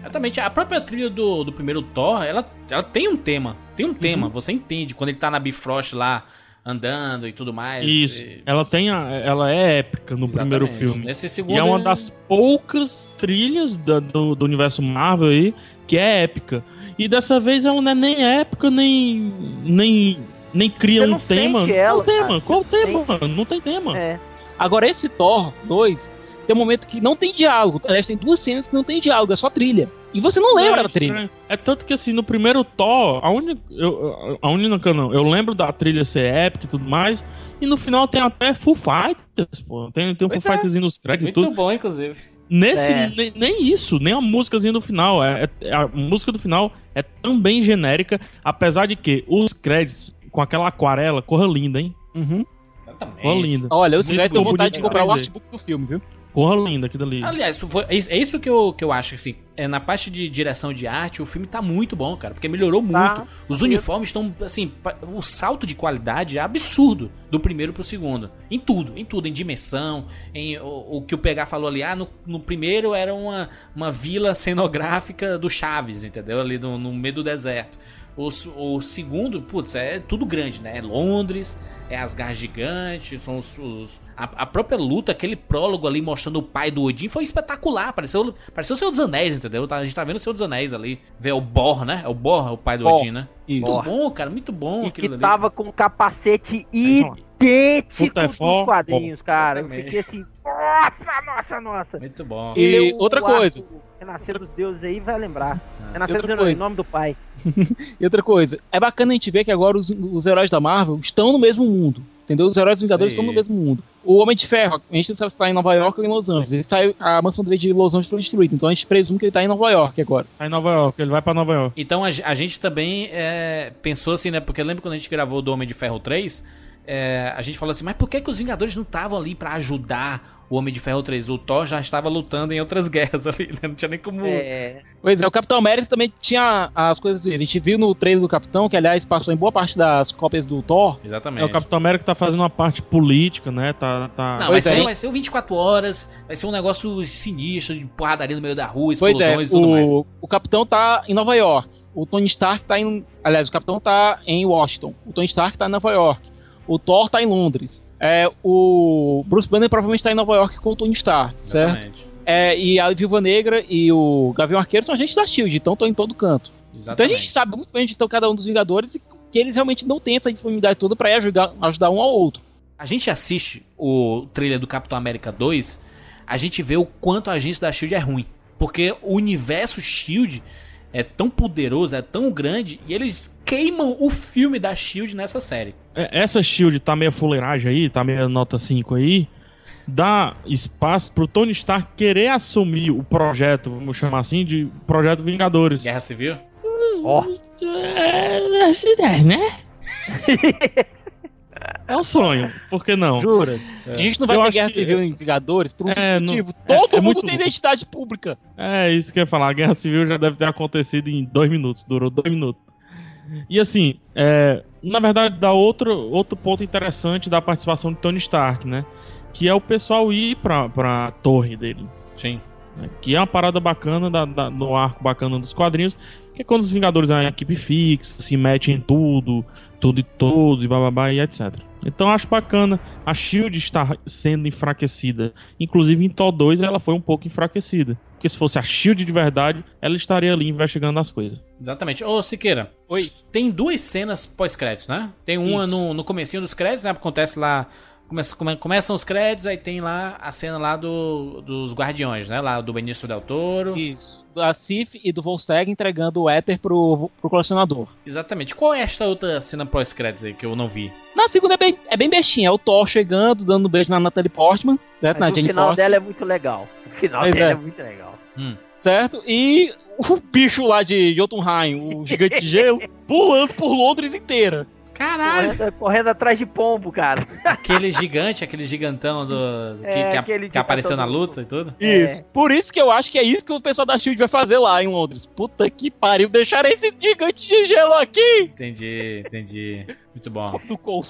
Exatamente. A própria trilha do, do primeiro Thor, ela, ela tem um tema. Tem um tema, uhum. Você entende. Quando ele tá na Bifrost lá, andando e tudo mais. Isso. E... Ela, tem a, ela é épica no Exatamente. primeiro filme. Nesse segundo e é uma das poucas trilhas da, do, do universo Marvel aí que é épica. E dessa vez ela não é nem épica, nem... nem... nem cria um tema. Ela, Qual tema? cara. Qual tema? Sente. Não tem tema. É. Agora, esse Thor dois tem um momento que não tem diálogo. Aliás, tem duas cenas que não tem diálogo, é só trilha. E você não lembra é, da trilha. É, é tanto que assim, no primeiro Thor, a única. Eu, a única não. Eu lembro da trilha ser épica e tudo mais. E no final tem até Full Fighters, pô. Tem, tem um Full é. Fighters nos créditos e tudo. Muito bom, inclusive. Nesse, É. nem, nem isso, nem a músicazinha do final. É, é, a música do final é também genérica, apesar de que os créditos com aquela aquarela, corra linda, hein? Uhum. Exatamente. Corra linda. Olha, os Nesse caras têm ficou vontade de bonito comprar o três D. artbook do filme, viu? Corra linda aquilo ali. Aliás, isso foi, é isso que eu, que eu acho, assim, é, na parte de direção de arte, o filme tá muito bom, cara, porque melhorou muito. Tá. Os uniformes estão, assim, pa- o salto de qualidade é absurdo do primeiro pro segundo. Em tudo, em tudo, em dimensão, em o, o que o P H falou ali, ah, no, no primeiro era uma, uma vila cenográfica do Chaves, entendeu? Ali no, no meio do deserto. O, o segundo, putz, é tudo grande, né? É Londres, é Asgard gigante, são os... os a, a própria luta, aquele prólogo ali mostrando o pai do Odin foi espetacular. Pareceu, pareceu o Senhor dos Anéis, entendeu? A gente tá vendo o Senhor dos Anéis ali. Vê o Bor, né? É o Bor, o pai do Bor. Odin, né? Isso. Muito bom, cara, muito bom E aquilo que ali. tava com um capacete idêntico Puta, é dos fó- quadrinhos, cara. Eu Exatamente. fiquei assim, nossa, nossa, nossa. Muito bom. E Ele é o outra arco coisa. Renascer dos deuses aí vai lembrar. Ah. Renascer Outra dos deuses, em coisa. nome do pai. E outra coisa, é bacana a gente ver que agora os, os heróis da Marvel estão no mesmo mundo. Entendeu? Os heróis dos Vingadores Isso aí. estão no mesmo mundo. O Homem de Ferro, a gente não sabe se está em Nova York ou em Los Angeles. Ele saiu, a mansão dele de Los Angeles foi destruída, então a gente presume que ele está em Nova York agora. Tá em Nova York, ele vai pra Nova York. Então a, a gente também é, pensou assim, né? Porque lembra quando a gente gravou do Homem de Ferro três? É, a gente falou assim, mas por que, que os Vingadores não estavam ali pra ajudar o Homem de Ferro três? O Thor já estava lutando em outras guerras ali, né? Não tinha nem como... É, Pois é, o Capitão América também tinha as coisas dele. A gente viu no trailer do Capitão, que aliás passou em boa parte das cópias do Thor. Exatamente. É, o Capitão América tá fazendo uma parte política, né? Tá, tá... Não, vai Pois ser, é. vai ser o vinte e quatro horas, vai ser um negócio sinistro, de porradaria no meio da rua, Pois é, explosões e tudo mais. o, o Capitão tá em Nova York. O Tony Stark tá em... Aliás, o Capitão tá em Washington. O Tony Stark tá em Nova York. O Thor tá em Londres. É, o Bruce Banner provavelmente tá em Nova York com o Tony Stark, certo? Exatamente. É, e a Viúva Negra e o Gavião Arqueiro são agentes da SHIELD, então estão em todo canto. Exatamente. Então a gente sabe muito bem onde estão cada um dos Vingadores e que eles realmente não têm essa disponibilidade toda pra ir ajudar, ajudar um ao outro. A gente assiste o trailer do Capitão América dois, a gente vê o quanto a agência da SHIELD é ruim. Porque o universo SHIELD é tão poderoso, é tão grande, e eles queimam o filme da SHIELD nessa série. É, essa SHIELD tá meio fuleiragem aí, tá meio nota cinco aí. Dá espaço pro Tony Stark querer assumir o projeto, vamos chamar assim, de Projeto Vingadores. Guerra Civil? ó, É, é, né? É um sonho, por que não? Juras? A gente não vai Eu ter acho Guerra que- Civil em Vingadores por um É, simples não- motivo. é- Todo é mundo muito tem louco. identidade pública. É isso que eu ia falar. A Guerra Civil já deve ter acontecido em dois minutos. Durou dois minutos. E assim, é, na verdade, dá outro, outro ponto interessante da participação de Tony Stark, né? Que é o pessoal ir pra, pra torre dele. Sim. Né? Que é uma parada bacana da, da, do arco bacana dos quadrinhos. Que é quando os Vingadores é uma equipe fixa, se metem em tudo, tudo e todos, e bababá e etcétera. Então eu acho bacana. A SHIELD está sendo enfraquecida. Inclusive em Thor dois ela foi um pouco enfraquecida. Porque se fosse a SHIELD de verdade, ela estaria ali investigando as coisas. Exatamente. Ô, Siqueira. Oi. Tem duas cenas pós-créditos, né? Tem uma no, no comecinho dos créditos, né? Acontece lá... Começa, come- começam os créditos, aí tem lá a cena lá do, dos Guardiões, né? Lá do Benício Del Toro. Isso. Da Sif e do Volstagg entregando o éter pro, pro colecionador. Exatamente. Qual é esta outra cena pós-créditos aí que eu não vi? Na segunda é bem, é bem bestinha. É o Thor chegando, dando um beijo na Natalie Portman, certo? Na mas o Jane final Foster, dela é muito legal. O final Pois dela é. é. muito legal. Hum. certo? E o bicho lá de Jotunheim, o gigante de gelo, pulando por Londres inteira. Caralho! Correndo, correndo atrás de pombo, cara. Aquele gigante, aquele gigantão do que, É, que, a- aquele que apareceu na gigantão do- luta e tudo. Isso. Por isso que eu acho que é isso que o pessoal da SHIELD vai fazer lá em Londres. Puta que pariu, deixaram esse gigante de gelo aqui! Entendi, entendi. Muito bom. Do Coulson.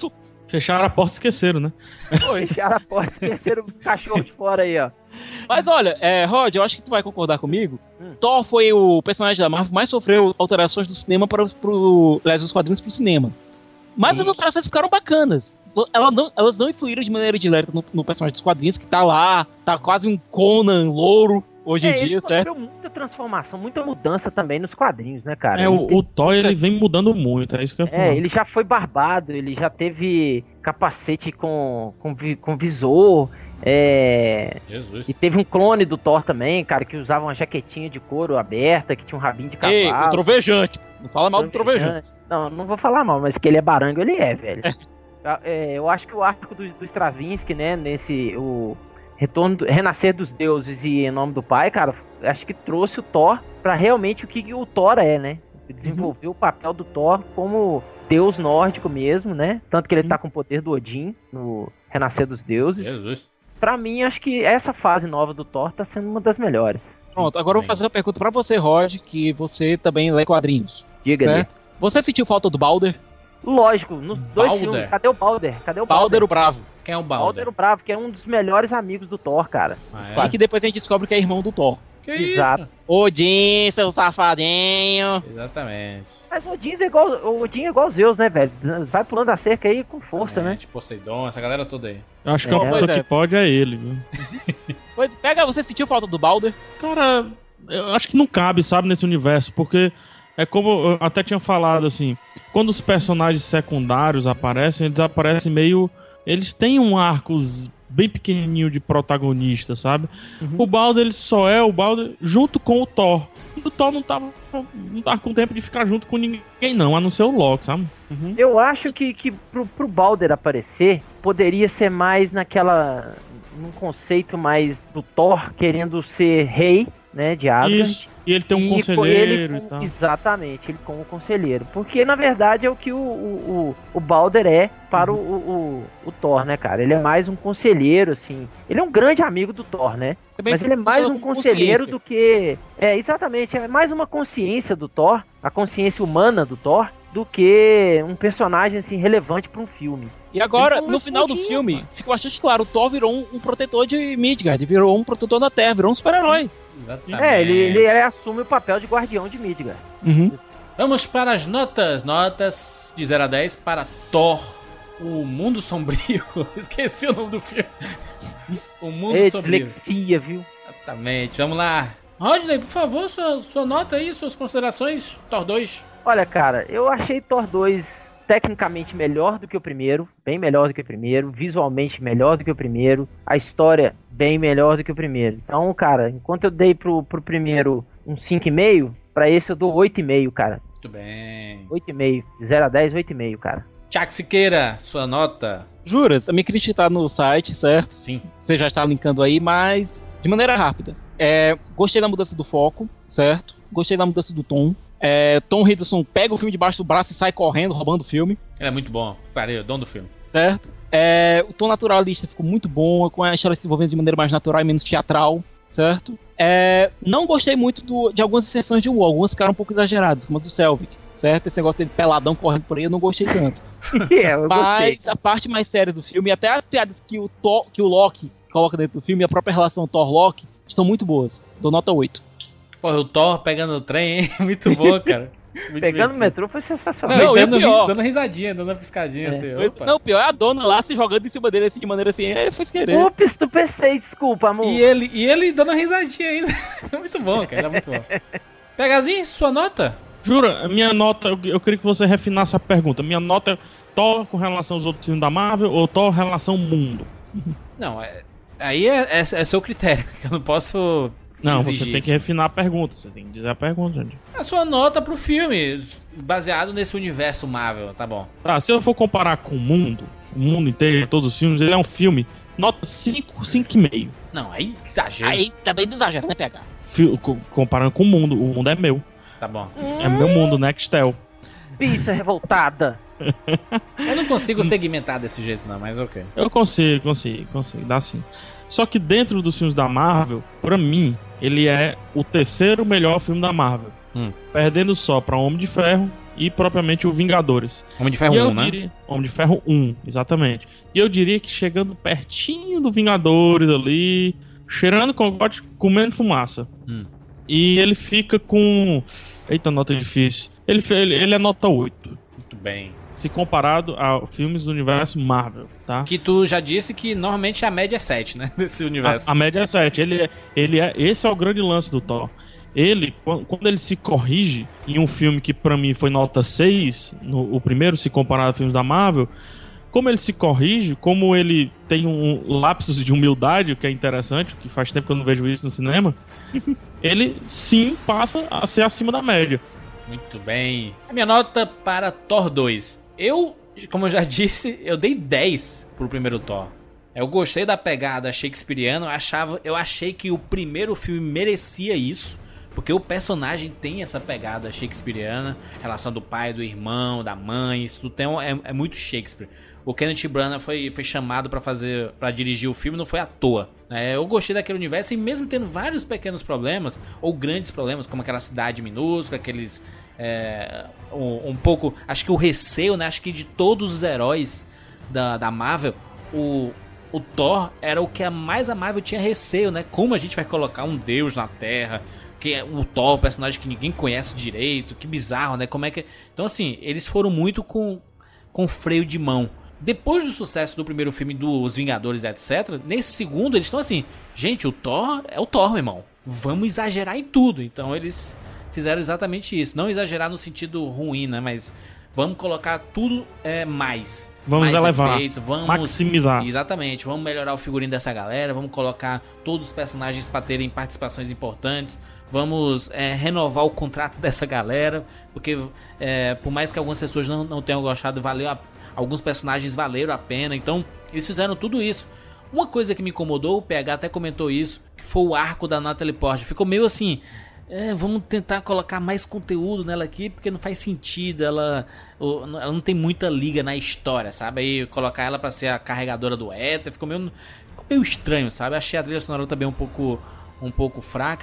Fecharam a porta e esqueceram, né? Pô, fecharam a porta e esqueceram o cachorro de fora aí, ó. Mas olha, é, Rod, eu acho que tu vai concordar comigo. Hum. Thor foi o personagem da Marvel que mais sofreu alterações do cinema para pro, aliás, os quadrinhos pro cinema. Mas Sim. as alterações ficaram bacanas. Elas não, elas não influíram de maneira direta no, no personagem dos quadrinhos, que tá lá, tá quase um Conan louro hoje é, em dia, certo? Ele muita transformação, muita mudança também nos quadrinhos, né, cara? É, o, o Thor, ele vem mudando muito, é isso que eu ia falar. É, ele já foi barbado, ele já teve capacete com, com, com visor, é... Jesus. E teve um clone do Thor também, cara, que usava uma jaquetinha de couro aberta, que tinha um rabinho de cavalo. Ei, o trovejante. Não fala mal do trovejante. Não, não vou falar mal, mas que ele é barango, ele é, velho. É, eu acho que o arco do, do Stravinsky, né, nesse... o Retorno do, Renascer dos Deuses e Em Nome do Pai, cara, acho que trouxe o Thor pra realmente o que o Thor é, né? Desenvolveu uhum. o papel do Thor como deus nórdico mesmo, né? Tanto que ele uhum. tá com o poder do Odin no Renascer dos Deuses. Jesus. Pra mim, acho que essa fase nova do Thor tá sendo uma das melhores. Pronto, agora eu vou fazer uma pergunta pra você, Rod, que você também lê quadrinhos. Diga-lhe. Você sentiu falta do Balder? Lógico, nos dois Balder. filmes. Cadê o Balder? Cadê o Balder, Balder? o Bravo. Quem é o Balder? Balder o Bravo, que é um dos melhores amigos do Thor, cara. Ah, é? E que depois a gente descobre que é irmão do Thor. Que Exato. isso? Odin, seu safadinho. Exatamente. Mas o Odin é igual, o Odin é igual Zeus, né, velho? Vai pulando a cerca aí com força, Exatamente. né? Poseidon, essa galera toda aí. Eu acho que é, a pessoa é. que pode é ele, viu? Pois pega, você sentiu falta do Balder? Cara, eu acho que não cabe, sabe, nesse universo, porque é como eu até tinha falado, assim, quando os personagens secundários aparecem, eles aparecem meio... Eles têm um arco bem pequenininho de protagonista, sabe? Uhum. O Balder, ele só é o Balder junto com o Thor. E o Thor não tava, não tava com tempo de ficar junto com ninguém, não, a não ser o Loki, sabe? Uhum. Eu acho que, que pro, pro Balder aparecer, poderia ser mais naquela... num conceito mais do Thor querendo ser rei, né, de Asgard. Isso. E ele tem um e conselheiro ele com, e tal. Exatamente, ele como conselheiro. Porque, na verdade, é o que o, o, o Balder é para uhum. o, o, o Thor, né, cara? Ele é mais um conselheiro, assim. Ele é um grande amigo do Thor, né? Também Mas ele é mais um conselheiro do que... É, exatamente. É mais uma consciência do Thor, a consciência humana do Thor, do que um personagem, assim, relevante para um filme. E agora, no final do filme, mano. fica bastante claro, o Thor virou um, um protetor de Midgard, virou um protetor da Terra, virou um super-herói. Exatamente. É, ele, ele assume o papel de guardião de Midgard. Uhum. Vamos para as notas. Notas de zero a dez para Thor, o Mundo Sombrio. Esqueci o nome do filme. O Mundo é, Sombrio. Dislexia, viu? Exatamente. Vamos lá. Rodney, por favor, sua, sua nota aí, suas considerações. Thor dois. Olha, cara, eu achei Thor dois... tecnicamente melhor do que o primeiro, bem melhor do que o primeiro, visualmente melhor do que o primeiro, a história bem melhor do que o primeiro. Então, cara, enquanto eu dei pro, pro primeiro um cinco vírgula cinco, pra esse eu dou oito vírgula cinco, cara. Muito bem. oito vírgula cinco, de zero a dez, oito vírgula cinco, cara. Tiago Siqueira, sua nota? Juras, a minha crítica tá no site, certo? Sim. Você já está linkando aí, mas de maneira rápida. É, gostei da mudança do foco, certo? Gostei da mudança do tom. É, Tom Hiddleston pega o filme debaixo do braço e sai correndo, roubando o filme. Ele é muito bom. Peraí, o dono do filme. Certo? É, o tom naturalista ficou muito bom, com a história se desenvolvendo de maneira mais natural e menos teatral. Certo? É, não gostei muito do, de algumas inserções de humor. Algumas ficaram um pouco exageradas, como as do Selvig. Certo? Esse negócio dele peladão correndo por aí, eu não gostei tanto. é, eu Mas gostei. a parte mais séria do filme, e até as piadas que o, Thor, que o Loki coloca dentro do filme, e a própria relação Thor-Loki, estão muito boas. Dou nota oito. Porra, o Thor pegando o trem, hein? Muito bom, cara. Muito Pegando o divertido. metrô foi sensacional. Não, Não, e dando, o pior- ri- dando risadinha, dando uma piscadinha É. assim. Pois- Opa. Não, o pior é a dona lá se jogando em cima dele assim, de maneira assim, é, foi sem querer. Ups, tu pensei, desculpa, amor. E ele, e ele dando uma risadinha ainda. Muito bom, cara. Ele é muito bom. Pegazinho, sua nota? Jura, a minha nota, eu, eu queria que você refinasse a pergunta. Minha nota é Thor com relação aos outros filmes da Marvel ou Thor com relação ao mundo? Não, é, aí é, é, é seu critério. Eu não posso. Não, exigir você tem isso. que refinar a pergunta. Você tem que dizer a pergunta, gente. A sua nota pro filme, baseado nesse universo Marvel, tá bom. Tá, se eu for comparar com o mundo, o mundo inteiro, todos os filmes, ele é um filme nota cinco, cinco e meio. Não, aí exagero. Aí também não exagera, né, P H? Fi- co- Comparando com o mundo, o mundo é meu. Tá bom. É meu mundo, Nextel. Pista revoltada. Eu não consigo segmentar desse jeito, não, mas ok. Eu consigo, consigo, consigo, dá sim. Só que dentro dos filmes da Marvel, pra mim, ele é o terceiro melhor filme da Marvel. Hum. Perdendo só pra Homem de Ferro e propriamente o Vingadores. Homem de Ferro e eu um, né? diria, Homem de Ferro um, exatamente. E eu diria que chegando pertinho do Vingadores ali, cheirando cangote, comendo fumaça. Hum. E ele fica com... Eita, nota difícil. Ele, ele, ele é nota oito. Muito bem. Se comparado a filmes do universo Marvel, tá? Que tu já disse que normalmente a média é sete, né? Desse universo. A, a média é sete. Ele é, ele é, esse é o grande lance do Thor. Ele, quando ele se corrige em um filme que pra mim foi nota seis, no, o primeiro se comparado a filmes da Marvel, como ele se corrige, como ele tem um lapsus de humildade, o que é interessante, que faz tempo que eu não vejo isso no cinema, ele sim passa a ser acima da média. Muito bem. A minha nota para Thor dois. Eu, como eu já disse, eu dei dez pro primeiro Thor. Eu gostei da pegada shakespeariana, eu, achava, eu achei que o primeiro filme merecia isso, porque o personagem tem essa pegada shakespeariana, relação do pai, do irmão, da mãe, isso tudo tem, é, é muito Shakespeare. O Kenneth Branagh foi, foi chamado para fazer, para dirigir o filme, não foi à toa. Né? Eu gostei daquele universo e mesmo tendo vários pequenos problemas, ou grandes problemas, como aquela cidade minúscula, aqueles... É, um, um pouco, acho que o receio, né? Acho que de todos os heróis da, da Marvel, o, o Thor era o que a mais a Marvel tinha receio, né? Como a gente vai colocar um deus na Terra, que é o Thor, o personagem que ninguém conhece direito, que bizarro, né? Como é que... Então assim, eles foram muito com, com freio de mão. Depois do sucesso do primeiro filme dos Vingadores, etcétera, nesse segundo eles estão assim, gente, o Thor é o Thor, meu irmão. Vamos exagerar em tudo. Então eles fizeram exatamente isso. Não exagerar no sentido ruim, né? Mas vamos colocar tudo é, mais. Vamos mais elevar, efeitos, vamos maximizar. Exatamente, vamos melhorar o figurino dessa galera, vamos colocar todos os personagens para terem participações importantes, vamos é, renovar o contrato dessa galera, porque é, por mais que algumas pessoas não, não tenham gostado, valeu a, alguns personagens valeram a pena, então eles fizeram tudo isso. Uma coisa que me incomodou, o P H até comentou isso, que foi o arco da Natalie Portman, ficou meio assim... É, vamos tentar colocar mais conteúdo nela aqui, porque não faz sentido, ela, ela não tem muita liga na história, sabe? Aí colocar ela pra ser a carregadora do éter, ficou meio, ficou meio estranho, sabe? Achei a trilha sonora também um pouco, um pouco fraca,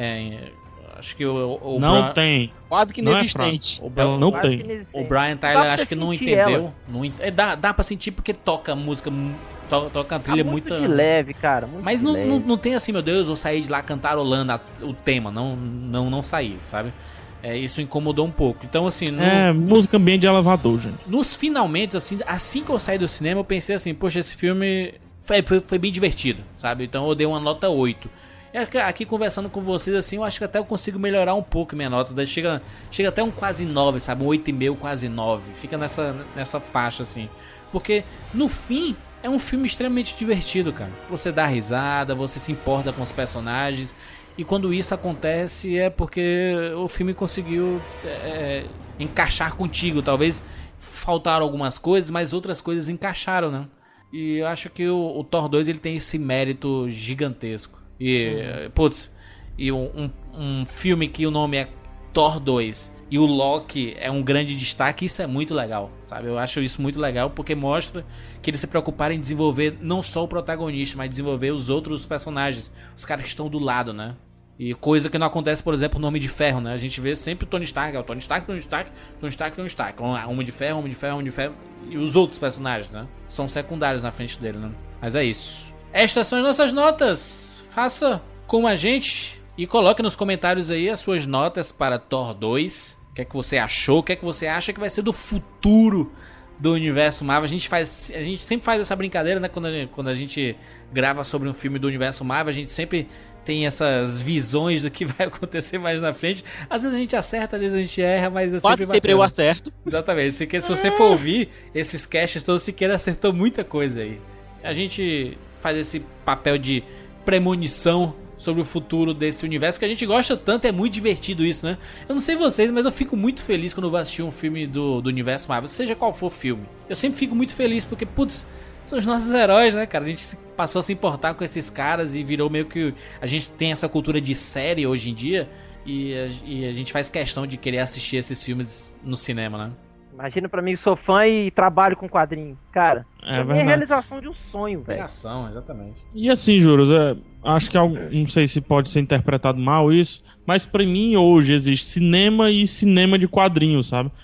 é, acho que o... o não Bra... tem. Quase que inexistente. É o Bra... Ela não Quase tem. que O Brian Tyler acho que não entendeu. Não ent... é, dá, dá pra sentir porque toca a música... To, toca a trilha tá muito muito... de leve, cara. Muito Mas de não, leve. não, não tem assim, meu Deus, eu saí de lá cantarolando a, o tema. Não, não, não saí, sabe? É, isso incomodou um pouco. Então, assim... No, é, música ambiente de elevador, gente. Nos finalmente, assim, assim que eu saí do cinema, eu pensei assim, poxa, esse filme foi, foi, foi bem divertido, sabe? Então eu dei uma nota oito. E aqui conversando com vocês, assim, eu acho que até eu consigo melhorar um pouco minha nota. Chega, chega até um quase nove, sabe? Um oito e meio, quase nove. Fica nessa, nessa faixa, assim. Porque, no fim... É um filme extremamente divertido, cara. Você dá risada, você se importa com os personagens. E quando isso acontece é porque o filme conseguiu é, encaixar contigo. Talvez faltaram algumas coisas, mas outras coisas encaixaram, né? E eu acho que o, o Thor dois ele tem esse mérito gigantesco. E, uhum. putz, e um, um, um filme que o nome é Thor dois... E o Loki é um grande destaque, isso é muito legal, sabe? Eu acho isso muito legal porque mostra que eles se preocuparam em desenvolver não só o protagonista, mas desenvolver os outros personagens, os caras que estão do lado, né? E coisa que não acontece, por exemplo, no Homem de Ferro, né? A gente vê sempre o Tony Stark, é o Tony Stark, Tony Stark, Tony Stark, Tony Stark. Homem de Ferro, Homem de Ferro, Homem de Ferro. E os outros personagens, né? São secundários na frente dele, né? Mas é isso. Estas são as nossas notas. Faça como a gente e coloque nos comentários aí as suas notas para Thor dois. O que é que você achou? O que é que você acha que vai ser do futuro do universo Marvel? A gente, faz, a gente sempre faz essa brincadeira, né? Quando a, gente, quando a gente grava sobre um filme do universo Marvel, a gente sempre tem essas visões do que vai acontecer mais na frente. Às vezes a gente acerta, às vezes a gente erra, mas é sempre Quase sempre eu acerto. Exatamente. Se, se você for ouvir esses casts todos, Siqueira acertou muita coisa aí. A gente faz esse papel de premonição sobre o futuro desse universo que a gente gosta tanto, é muito divertido isso, né? Eu não sei vocês, mas eu fico muito feliz quando eu vou assistir um filme do, do universo Marvel, seja qual for o filme. Eu sempre fico muito feliz porque, putz, são os nossos heróis, né, cara? A gente passou a se importar com esses caras e virou meio que... A gente tem essa cultura de série hoje em dia e a, e a gente faz questão de querer assistir esses filmes no cinema, né? Imagina pra mim que sou fã e trabalho com quadrinho. Cara, é é a realização de um sonho, velho. Realização, exatamente. E assim, Juros, é, acho que é, não sei se pode ser interpretado mal isso, mas pra mim hoje existe cinema e cinema de quadrinhos, sabe?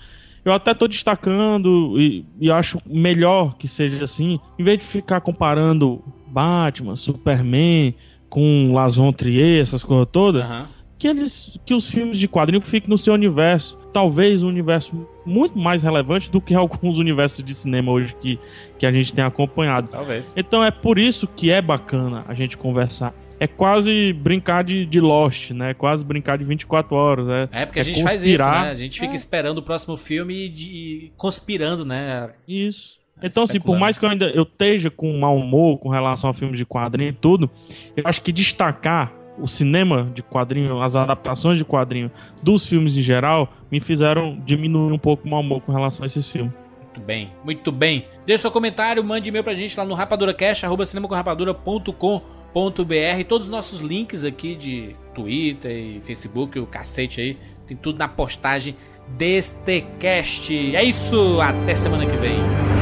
Eu até tô destacando e, e acho melhor que seja assim, em vez de ficar comparando Batman, Superman com Las Von Trier, essas coisas todas, uhum. que, eles, que os filmes de quadrinho fiquem no seu universo. Talvez um universo muito mais relevante do que alguns universos de cinema hoje que, que a gente tem acompanhado. Talvez. Então é por isso que é bacana a gente conversar. É quase brincar de, de Lost, né? É quase brincar de vinte e quatro horas. É, é porque é a gente conspirar. faz isso, né? A gente fica é. esperando o próximo filme e de, conspirando, né? Isso. Então, assim, por mais que eu ainda eu esteja com mau humor com relação a filmes de quadrinho e tudo, eu acho que destacar o cinema de quadrinho, as adaptações de quadrinho dos filmes em geral, me fizeram diminuir um pouco o mau humor com relação a esses filmes. Muito bem, muito bem. Deixe seu comentário, mande e-mail pra gente lá no rapaduracast, arroba cinemacomrapadura ponto com ponto br. Todos os nossos links aqui de Twitter e Facebook, o cacete aí, tem tudo na postagem deste cast. É isso, até semana que vem.